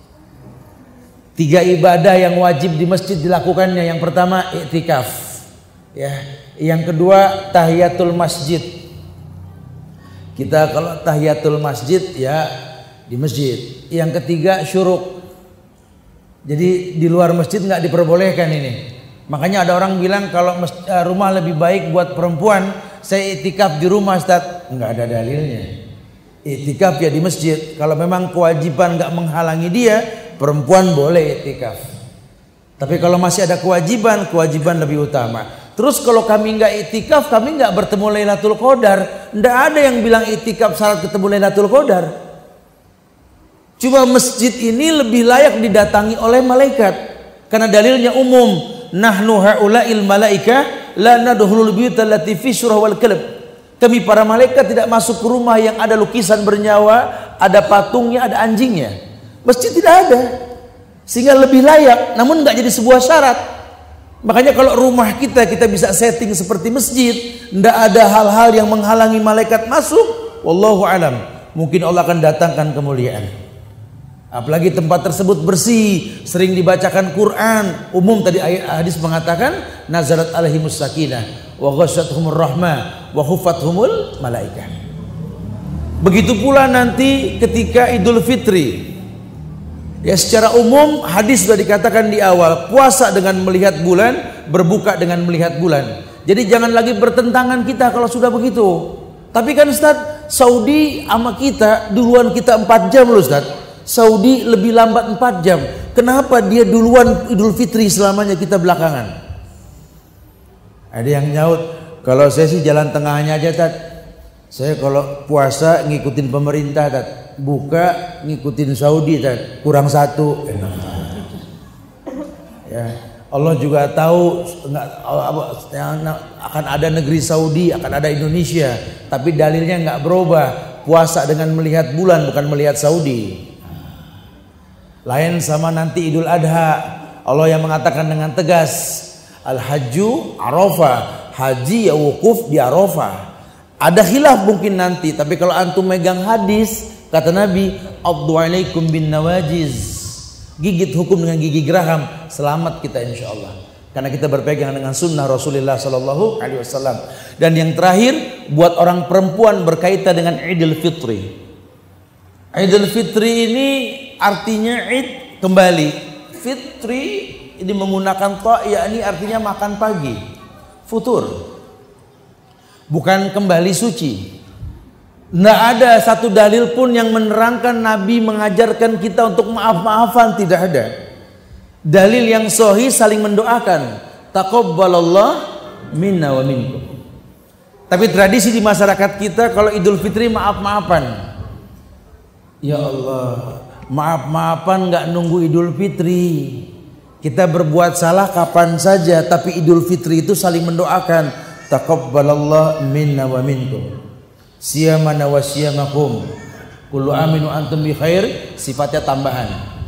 Tiga ibadah yang wajib di masjid dilakukannya. Yang pertama iktikaf. Ya, yang kedua tahiyatul masjid. Kita kalau tahiyatul masjid ya di masjid. Yang ketiga syuruk. Jadi di luar masjid nggak diperbolehkan ini. Makanya ada orang bilang kalau rumah lebih baik buat perempuan, saya iktikaf di rumah, Ustaz. Nggak ada dalilnya. Iktikaf ya di masjid. Kalau memang kewajiban nggak menghalangi dia, perempuan boleh iktikaf. Tapi kalau masih ada kewajiban, kewajiban lebih utama. Terus kalau kami nggak iktikaf, kami nggak bertemu Lailatul Qadar. Nggak ada yang bilang iktikaf syarat ketemu Lailatul Qadar. Cuma masjid ini lebih layak didatangi oleh malaikat. Karena dalilnya umum. Nahnu haula'il malaika la nadkhulul buyuta allati fi surah wal kalb. Kami para malaikat tidak masuk ke rumah yang ada lukisan bernyawa, ada patungnya, ada anjingnya. Masjid tidak ada. Sehingga lebih layak, namun nggak jadi sebuah syarat. Makanya kalau rumah kita kita bisa setting seperti masjid, tidak ada hal-hal yang menghalangi malaikat masuk. Wallahu alam. Mungkin Allah akan datangkan kemuliaan. Apalagi tempat tersebut bersih, sering dibacakan Quran. Umum tadi ayat hadis mengatakan nazarat alaihimus sakinah wa ghasyatuhumur rahmah wa hufathumul malaikah. Begitu pula nanti ketika Idul Fitri. Ya secara umum hadis sudah dikatakan di awal, puasa dengan melihat bulan, berbuka dengan melihat bulan. Jadi jangan lagi bertentangan kita kalau sudah begitu. Tapi kan Ustaz, Saudi sama kita duluan kita empat jam loh Ustaz. Saudi lebih lambat empat jam. Kenapa dia duluan Idul Fitri selamanya kita belakangan? Ada yang nyaut, kalau saya sih jalan tengahnya aja Ustaz. Saya kalau puasa ngikutin pemerintah Ustaz. Buka ngikutin Saudi Ustaz. Kurang satu. Ya, Allah juga tahu enggak, akan ada negeri Saudi, akan ada Indonesia, tapi dalilnya enggak berubah. Puasa dengan melihat bulan bukan melihat Saudi. Lain sama nanti Idul Adha. Allah yang mengatakan dengan tegas, Al-Hajju Arafah, haji ya wukuf di Arafah. Ada khilaf mungkin nanti, tapi kalau antum megang hadis, kata Nabi, Addu alaikum bin nawajiz, gigit hukum dengan gigi geraham, selamat kita insya Allah. Karena kita berpegang dengan sunnah Rasulullah Sallallahu Alaihi Wasallam. Dan yang terakhir, buat orang perempuan berkaitan dengan Idul Fitri. Idul Fitri ini artinya Id kembali. Fitri ini menggunakan ta, yakni artinya makan pagi, futur, bukan kembali suci. Tidak ada satu dalil pun yang menerangkan Nabi mengajarkan kita untuk maaf-maafan, tidak ada. Dalil yang sahih saling mendoakan, taqabbalallah minna wa minkum. Tapi tradisi di masyarakat kita kalau Idul Fitri maaf-maafan. Ya Allah, maaf-maafan nggak nunggu Idul Fitri. Kita berbuat salah kapan saja, tapi Idul Fitri itu saling mendoakan. Taqabbalallah minna wa minkum. Siyamana wa siyamakum. Kullu amin wa antum bi khair, sifatnya tambahan.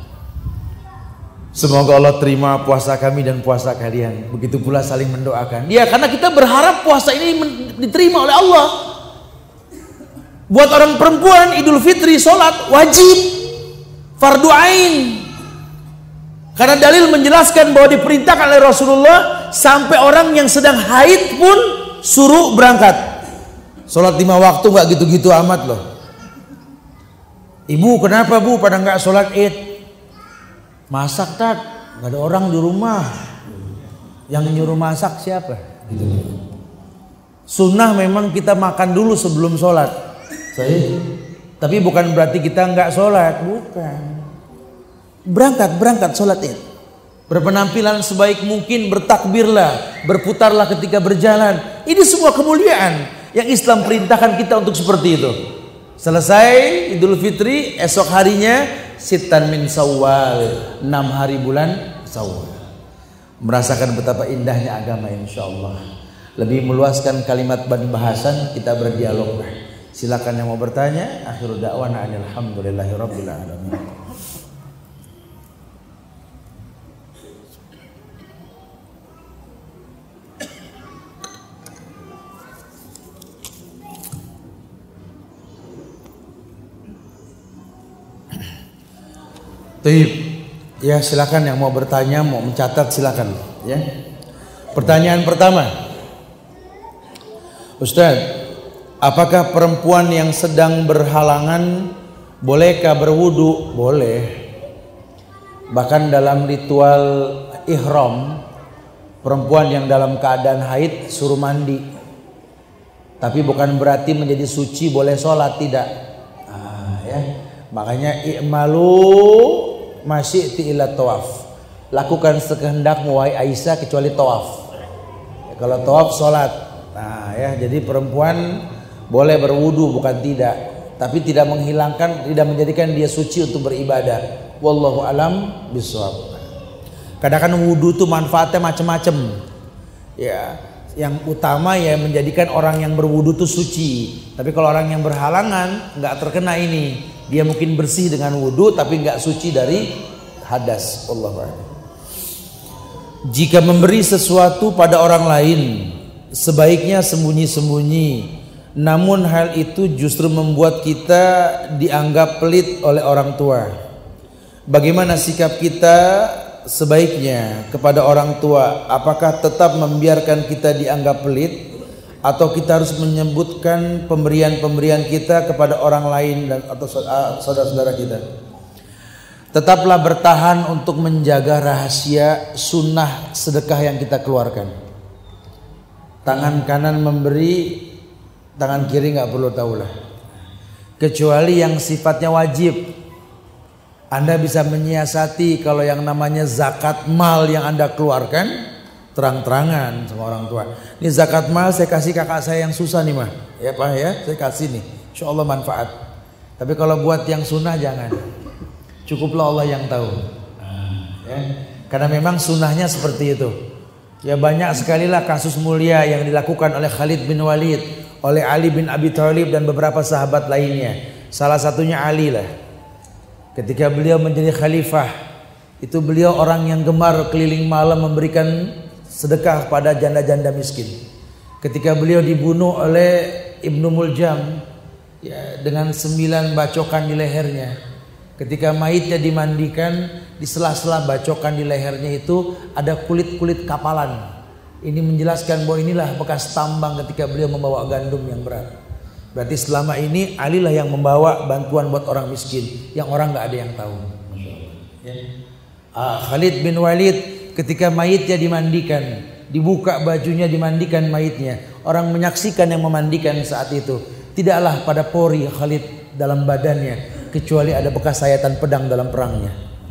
Semoga Allah terima puasa kami dan puasa kalian. Begitu pula saling mendoakan. Ya, karena kita berharap puasa ini diterima oleh Allah. Buat orang perempuan Idul Fitri sholat wajib, fardu ain. Karena dalil menjelaskan bahwa diperintahkan oleh Rasulullah sampai orang yang sedang haid pun suruh berangkat. Sholat lima waktu nggak gitu-gitu amat loh. Ibu kenapa bu pada nggak sholat id? Masak tak? Nggak ada orang di rumah. Yang nyuruh masak siapa? Gitu. Sunnah memang kita makan dulu sebelum sholat. Saya, tapi bukan berarti kita nggak sholat, bukan. Berangkat, berangkat sholat id. Berpenampilan sebaik mungkin, bertakbirlah, berputarlah ketika berjalan. Ini semua kemuliaan yang Islam perintahkan kita untuk seperti itu. Selesai Idul Fitri, esok harinya Sittan min Syawal, enam hari bulan Syawal. Merasakan betapa indahnya agama insyaallah. Lebih meluaskan kalimat dan bahasan, kita berdialog. Silakan yang mau bertanya. Akhirul da'wana alhamdulillahirabbil alamin. Taib. Ya, silakan yang mau bertanya, mau mencatat silakan ya. Pertanyaan pertama. Ustaz, apakah perempuan yang sedang berhalangan bolehkah berwudu? Boleh. Bahkan dalam ritual ihram, perempuan yang dalam keadaan haid suruh mandi. Tapi bukan berarti menjadi suci boleh sholat, tidak. Ah, ya. Makanya i'malu masyi'ti ila tawaf. Lakukan sekehendakmu wahai Aisyah kecuali tawaf. Ya, kalau tawaf sholat. Nah ya, jadi perempuan boleh berwudu bukan tidak, tapi tidak menghilangkan, tidak menjadikan dia suci untuk beribadah. Wallahu alam bishawab. Kadang-kadang wudu itu manfaatnya macam-macam. Ya, yang utama ya menjadikan orang yang berwudu itu suci. Tapi kalau orang yang berhalangan nggak terkena ini, dia mungkin bersih dengan wudu tapi nggak suci dari hadas. Allahu a'lam. Jika memberi sesuatu pada orang lain, sebaiknya sembunyi-sembunyi. Namun hal itu justru membuat kita dianggap pelit oleh orang tua. Bagaimana sikap kita sebaiknya kepada orang tua? Apakah tetap membiarkan kita dianggap pelit, atau kita harus menyebutkan pemberian-pemberian kita kepada orang lain dan atau saudara-saudara kita? Tetaplah bertahan untuk menjaga rahasia sunnah sedekah yang kita keluarkan. Tangan kanan memberi, tangan kiri nggak perlu tahu lah. Kecuali yang sifatnya wajib. Anda bisa menyiasati kalau yang namanya zakat mal yang Anda keluarkan, terang-terangan sama orang tua. Ini zakat mal saya kasih kakak saya yang susah nih mah. Ya Pak ya, saya kasih nih. Insya Allah manfaat. Tapi kalau buat yang sunnah jangan. Cukuplah Allah yang tahu. Nah, ya. Karena memang sunnahnya seperti itu. Ya banyak sekali lah kasus mulia yang dilakukan oleh Khalid bin Walid, oleh Ali bin Abi Thalib dan beberapa sahabat lainnya. Salah satunya Ali lah. Ketika beliau menjadi khalifah, itu beliau orang yang gemar keliling malam memberikan sedekah pada janda-janda miskin. Ketika beliau dibunuh oleh Ibnu Muljam ya, dengan sembilan bacokan di lehernya. Ketika mayitnya dimandikan, di sela-sela bacokan di lehernya itu ada kulit-kulit kapalan. Ini menjelaskan bahwa inilah bekas tambang ketika beliau membawa gandum yang berat. Berarti selama ini Ali lah yang membawa bantuan buat orang miskin, yang orang nggak ada yang tahu. Ya. Ah, Khalid bin Walid ketika mayitnya dimandikan, dibuka bajunya, dimandikan mayitnya, orang menyaksikan yang memandikan saat itu. Tidaklah pada pori Khalid dalam badannya kecuali ada bekas sayatan pedang dalam perangnya.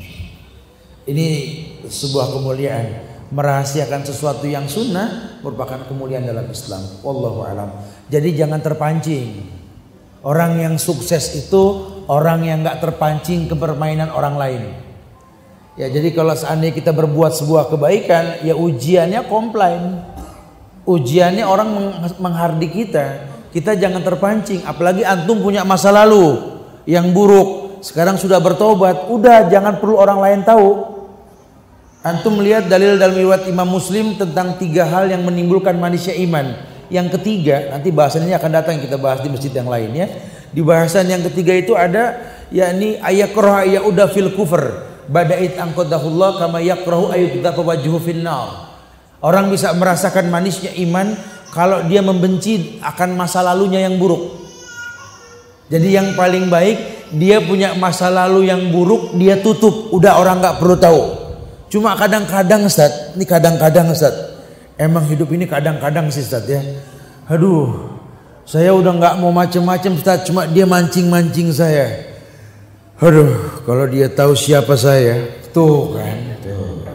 Ini sebuah kemuliaan. Merahasiakan sesuatu yang sunnah merupakan kemuliaan dalam Islam. Wallahu alam. Jadi jangan terpancing. Orang yang sukses itu orang yang nggak terpancing ke permainan orang lain. Ya, jadi kalau seandainya kita berbuat sebuah kebaikan, ya ujiannya komplain. Ujiannya orang menghardik kita. Kita jangan terpancing. Apalagi antum punya masa lalu yang buruk. Sekarang sudah bertobat. Udah, jangan perlu orang lain tahu. Antum melihat dalil dalam riwayat Imam Muslim tentang tiga hal yang menimbulkan manisnya iman. Yang ketiga, nanti bahasan ini akan datang kita bahas di masjid yang lain ya. Di bahasan yang ketiga itu ada yakni ayakraha yauda fil kufr badait anqadahullah kama yakrahu ayyudzafa wajhu finnar. Orang bisa merasakan manisnya iman kalau dia membenci akan masa lalunya yang buruk. Jadi yang paling baik dia punya masa lalu yang buruk, dia tutup, udah orang nggak perlu tahu. Cuma kadang-kadang Ustaz, ini kadang-kadang Ustaz, emang hidup ini kadang-kadang sih Ustaz ya. Aduh, saya udah nggak mau macem-macem Ustaz, cuma dia mancing-mancing saya. Aduh, kalau dia tahu siapa saya, tuh kan. Tuh.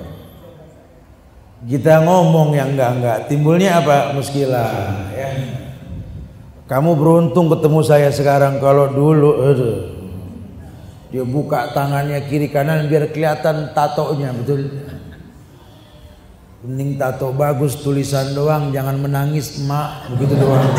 Kita ngomong yang enggak-enggak, timbulnya apa? Muskilah ya. Kamu beruntung ketemu saya sekarang, kalau dulu aduh. Dia buka tangannya kiri kanan biar kelihatan tatonya, betul. Mending tato bagus, tulisan doang, jangan menangis emak, begitu doang.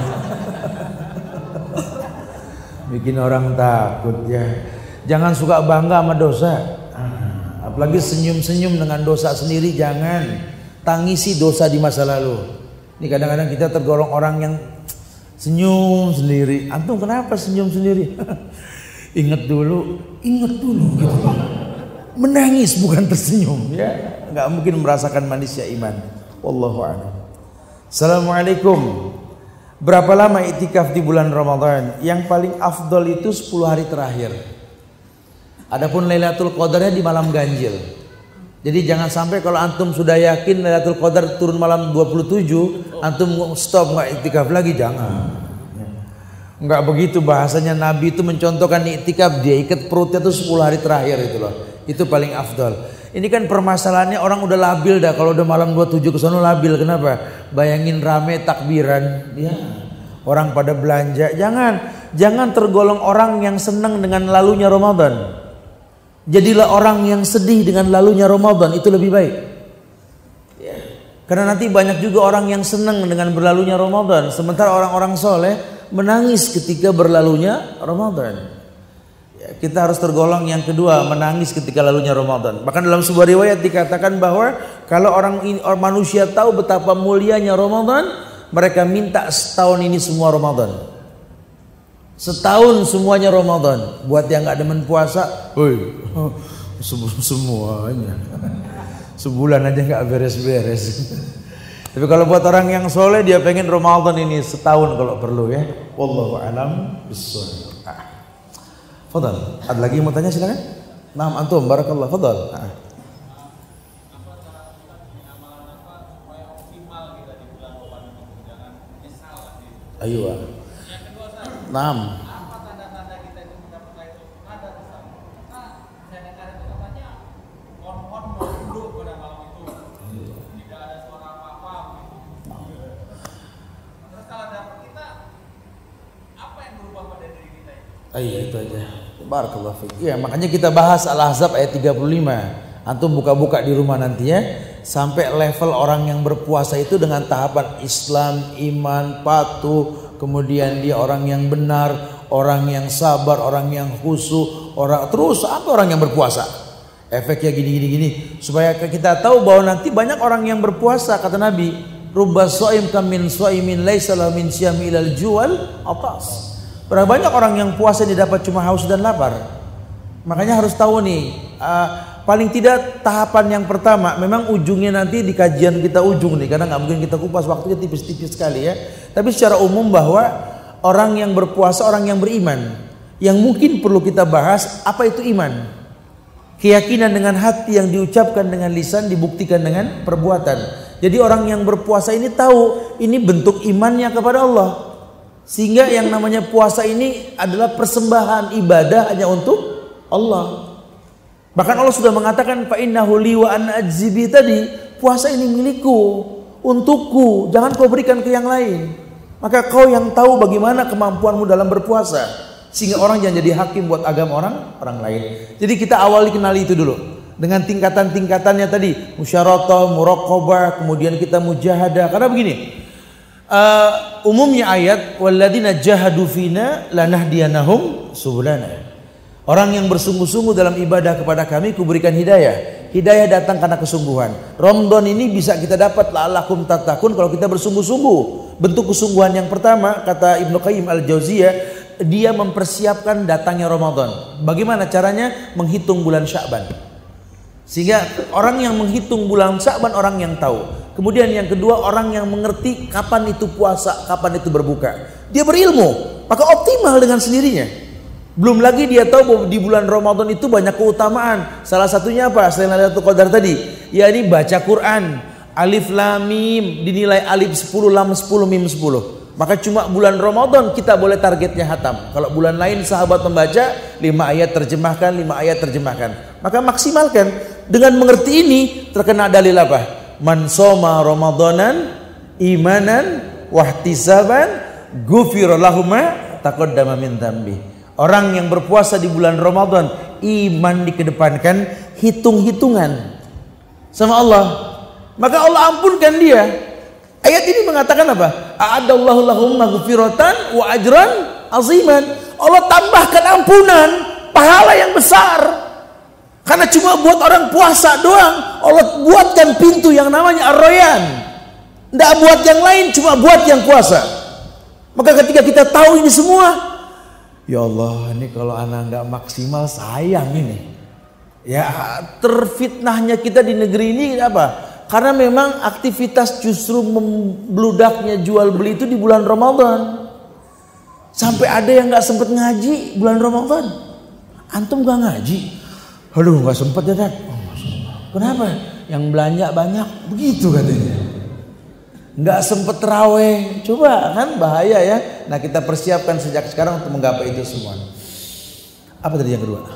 Bikin orang takut ya. Jangan suka bangga sama dosa. Apalagi senyum-senyum dengan dosa sendiri, jangan. Tangisi dosa di masa lalu. Ini kadang-kadang kita tergolong orang yang senyum sendiri. Antum kenapa senyum sendiri? Ingat dulu, ingat dulu gitu. Menangis bukan tersenyum ya. Enggak mungkin merasakan manisnya iman. Wallahu a'lam. Assalamualaikum. Berapa lama iktikaf di bulan Ramadan? Yang paling afdol itu sepuluh hari terakhir. Adapun Lailatul Qadarnya di malam ganjil. Jadi jangan sampai kalau antum sudah yakin Lailatul Qadar turun malam dua puluh tujuh, antum stop enggak iktikaf lagi, jangan. Enggak begitu bahasanya. Nabi itu mencontohkan iktikaf, dia ikat perutnya itu sepuluh hari terakhir itu loh. Itu paling afdal. Ini kan permasalahannya orang udah labil dah kalau udah malam dua puluh tujuh ke sana labil. Kenapa? Bayangin rame takbiran, ya. Orang pada belanja. Jangan, jangan tergolong orang yang senang dengan lalunya Ramadan. Jadilah orang yang sedih dengan lalunya Ramadan, itu lebih baik. Ya. Karena nanti banyak juga orang yang senang dengan berlalunya Ramadan, sementara orang-orang soleh menangis ketika berlalunya Ramadan. Ya, kita harus tergolong yang kedua, menangis ketika lalunya Ramadan. Bahkan dalam sebuah riwayat dikatakan bahwa kalau orang, orang manusia tahu betapa mulianya Ramadan, mereka minta setahun ini semua Ramadan. Setahun semuanya Ramadan. Buat yang gak demen puasa, woi, semuanya. Sebulan aja gak beres-beres. Tapi kalau buat orang yang soleh, dia pengen Ramadan ini setahun kalau perlu ya. Wallahu a'lam bishawab. Fadal. Ada lagi yang mau tanya silakan. Naam antum, barakallah. Fadal. Ah. Ayo. Naam. Apa tanda-tanda kita itu mendapat Lailatul Qadar? Nah, saya dengar itu katanya pohon-pohon merunduk pada malam itu. Tidak ada suara apa-apa begitu. Terus kalau dapat kita, apa yang berubah pada diri kita itu? Iya itu aja. Barakallahu fiik. Iya, makanya kita bahas Al-Ahzab ayat tiga puluh lima. Antum buka-buka di rumah nanti ya. Sampai level orang yang berpuasa itu dengan tahapan Islam, iman, patuh, kemudian dia orang yang benar, orang yang sabar, orang yang khusyuk, orang terus apa orang yang berpuasa. Efeknya gini gini gini supaya kita tahu bahwa nanti banyak orang yang berpuasa, kata Nabi, rubba shaim kam min shaimin laisa lahu min syami ilal jual atas. Berapa banyak orang yang puasa didapat cuma haus dan lapar. Makanya harus tahu nih, uh, paling tidak tahapan yang pertama, memang ujungnya nanti di kajian kita ujung nih, karena nggak mungkin kita kupas, waktunya tipis-tipis sekali ya. Tapi secara umum bahwa orang yang berpuasa orang yang beriman, yang mungkin perlu kita bahas apa itu iman. Keyakinan dengan hati yang diucapkan dengan lisan dibuktikan dengan perbuatan. Jadi orang yang berpuasa ini tahu ini bentuk imannya kepada Allah. Sehingga yang namanya puasa ini adalah persembahan ibadah hanya untuk Allah. Bahkan Allah sudah mengatakan fa innahu li wa ana ajzibi tadi, puasa ini milikku, untukku, jangan kau berikan ke yang lain. Maka kau yang tahu bagaimana kemampuanmu dalam berpuasa. Sehingga orang jangan jadi hakim buat agama orang orang lain. Jadi kita awali kenali itu dulu dengan tingkatan-tingkatannya tadi, musyaratah, muraqabah, kemudian kita mujahadah. Karena begini, uh, umumnya ayat walladzina jahadu fina lanahdiyanahum subulana. Orang yang bersungguh-sungguh dalam ibadah kepada kami kuberikan hidayah. Hidayah datang karena kesungguhan. Ramadan ini bisa kita dapat la'allakum tattaqun kalau kita bersungguh-sungguh. Bentuk kesungguhan yang pertama kata Ibnu Qayyim Al-Jauziyah, dia mempersiapkan datangnya Ramadan. Bagaimana caranya? Menghitung bulan Sya'ban. Sehingga orang yang menghitung bulan Sya'ban orang yang tahu. Kemudian yang kedua orang yang mengerti kapan itu puasa, kapan itu berbuka. Dia berilmu, maka optimal dengan sendirinya. Belum lagi dia tahu bahwa di bulan Ramadan itu banyak keutamaan. Salah satunya apa? Selain Lailatul Qadar tadi, yakni baca Quran. Alif lam mim dinilai alif sepuluh, lam sepuluh, mim sepuluh. Maka cuma bulan Ramadan kita boleh targetnya hatam. Kalau bulan lain sahabat membaca lima ayat terjemahkan, lima ayat terjemahkan. Maka maksimalkan. Dengan mengerti ini terkena dalil apa? Man shoma ramadanan imanan wahtisaban ghufira lahu ma taqaddama min dzambi. Orang yang berpuasa di bulan Ramadan iman dikedepankan, hitung-hitungan sama Allah, maka Allah ampunkan dia. Ayat ini mengatakan apa? A'adallahu lahum maghfiratan wa ajran aziman. Allah tambahkan ampunan, pahala yang besar. Karena cuma buat orang puasa doang, Allah buatkan pintu yang namanya Ar-Rayyan. Tidak buat yang lain, cuma buat yang puasa. Maka ketika kita tahu ini semua, ya Allah, ini kalau anak nggak maksimal sayang ini. Ya, terfitnahnya kita di negeri ini apa? Karena memang aktivitas justru membludaknya jual beli itu di bulan Ramadan. Sampai ada yang nggak sempat ngaji bulan Ramadan. Antum nggak ngaji? Aduh, nggak sempat ya Dad. Oh, kenapa? Yang belanja banyak, begitu katanya. Nggak sempat terawih, coba kan bahaya ya. Nah kita persiapkan sejak sekarang untuk menggapai itu semua. Apa tadi yang kedua?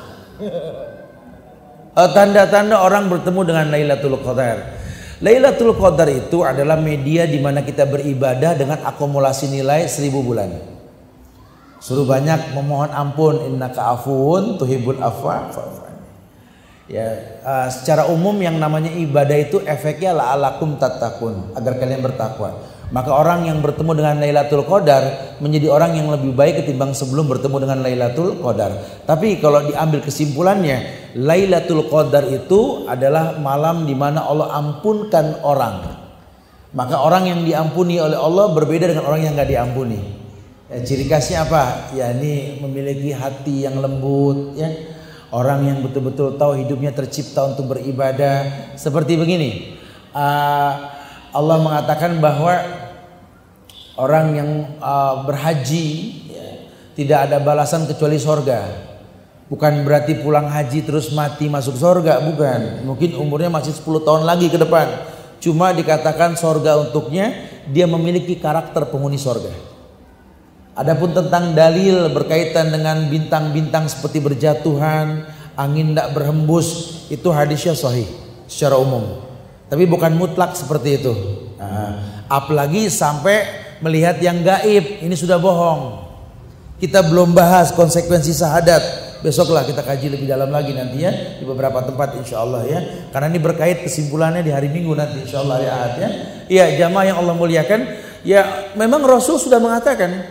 Tanda-tanda orang bertemu dengan Lailatul Qadar. Lailatul Qadar itu adalah media di mana kita beribadah dengan akumulasi nilai seribu bulan. Suruh banyak memohon ampun, innaka afuwun tuhibbul afwa fa'fu. Ya, uh, secara umum yang namanya ibadah itu efeknya la'alakum tattaqun, agar kalian bertakwa. Maka orang yang bertemu dengan Lailatul Qadar menjadi orang yang lebih baik ketimbang sebelum bertemu dengan Lailatul Qadar. Tapi kalau diambil kesimpulannya, Lailatul Qadar itu adalah malam di mana Allah ampunkan orang. Maka orang yang diampuni oleh Allah berbeda dengan orang yang enggak diampuni. Ya, ciri khasnya apa? Ya, ini memiliki hati yang lembut, ya. Orang yang betul-betul tahu hidupnya tercipta untuk beribadah. Seperti begini, uh, Allah mengatakan bahwa orang yang uh, berhaji ya, tidak ada balasan kecuali sorga. Bukan berarti pulang haji terus mati masuk sorga, bukan. Mungkin umurnya masih sepuluh tahun lagi ke depan. Cuma dikatakan sorga untuknya, dia memiliki karakter penghuni sorga. Adapun tentang dalil berkaitan dengan bintang-bintang seperti berjatuhan, angin tidak berhembus, itu hadisnya sahih secara umum. Tapi bukan mutlak seperti itu. Nah, apalagi sampai melihat yang gaib, ini sudah bohong. Kita belum bahas konsekuensi syahadat. Besoklah kita kaji lebih dalam lagi nanti ya di beberapa tempat insya Allah ya. Karena ini berkait kesimpulannya di hari Minggu nanti insya Allah hari Ahad ya. Iya, jamaah yang Allah muliakan. Ya memang Rasul sudah mengatakan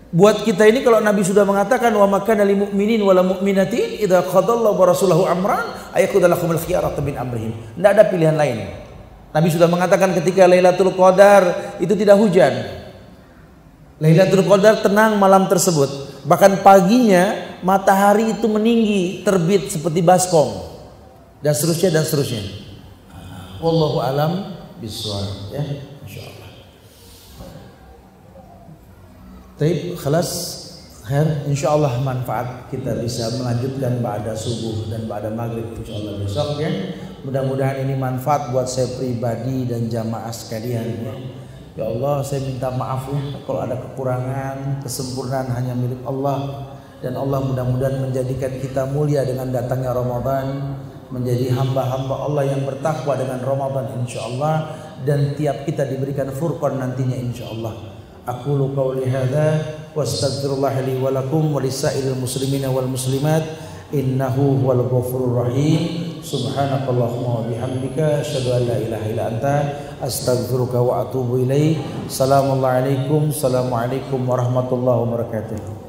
Buat kita ini kalau Nabi sudah mengatakan wa makana lil mu'minin wal mu'minatin idza qadallahu wa rasuluhu amran ayakhudalahumul khiyaratu min amrihim. Tidak ada pilihan lain. Nabi sudah mengatakan ketika Lailatul Qadar itu tidak hujan. Lailatul Qadar tenang malam tersebut. Bahkan paginya matahari itu meninggi, terbit seperti baskom. Dan seterusnya dan seterusnya. Wallahu alam bishawab ya. Baik, khalas, khair. Insyaallah manfaat kita bisa melanjutkan ba'da subuh dan ba'da maghrib insyaallah besok ya. Mudah-mudahan ini manfaat buat saya pribadi dan jamaah sekalian ya. Ya Allah, saya minta maaf ya kalau ada kekurangan, kesempurnaan hanya milik Allah, dan Allah mudah-mudahan menjadikan kita mulia dengan datangnya Ramadan, menjadi hamba-hamba Allah yang bertakwa dengan Ramadan insyaallah, dan tiap kita diberikan furqan nantinya insyaallah. Aqulu qawli hadza wa astaghfirullah li wa lakum wa lisairil muslimina wal muslimat innahu huwal ghafurur rahim. Subhanakallahumma wa bihamdika asyhadu an la ilaha illa anta astaghfiruka wa atubu ilaik. Assalamualaikum warahmatullahi wabarakatuh.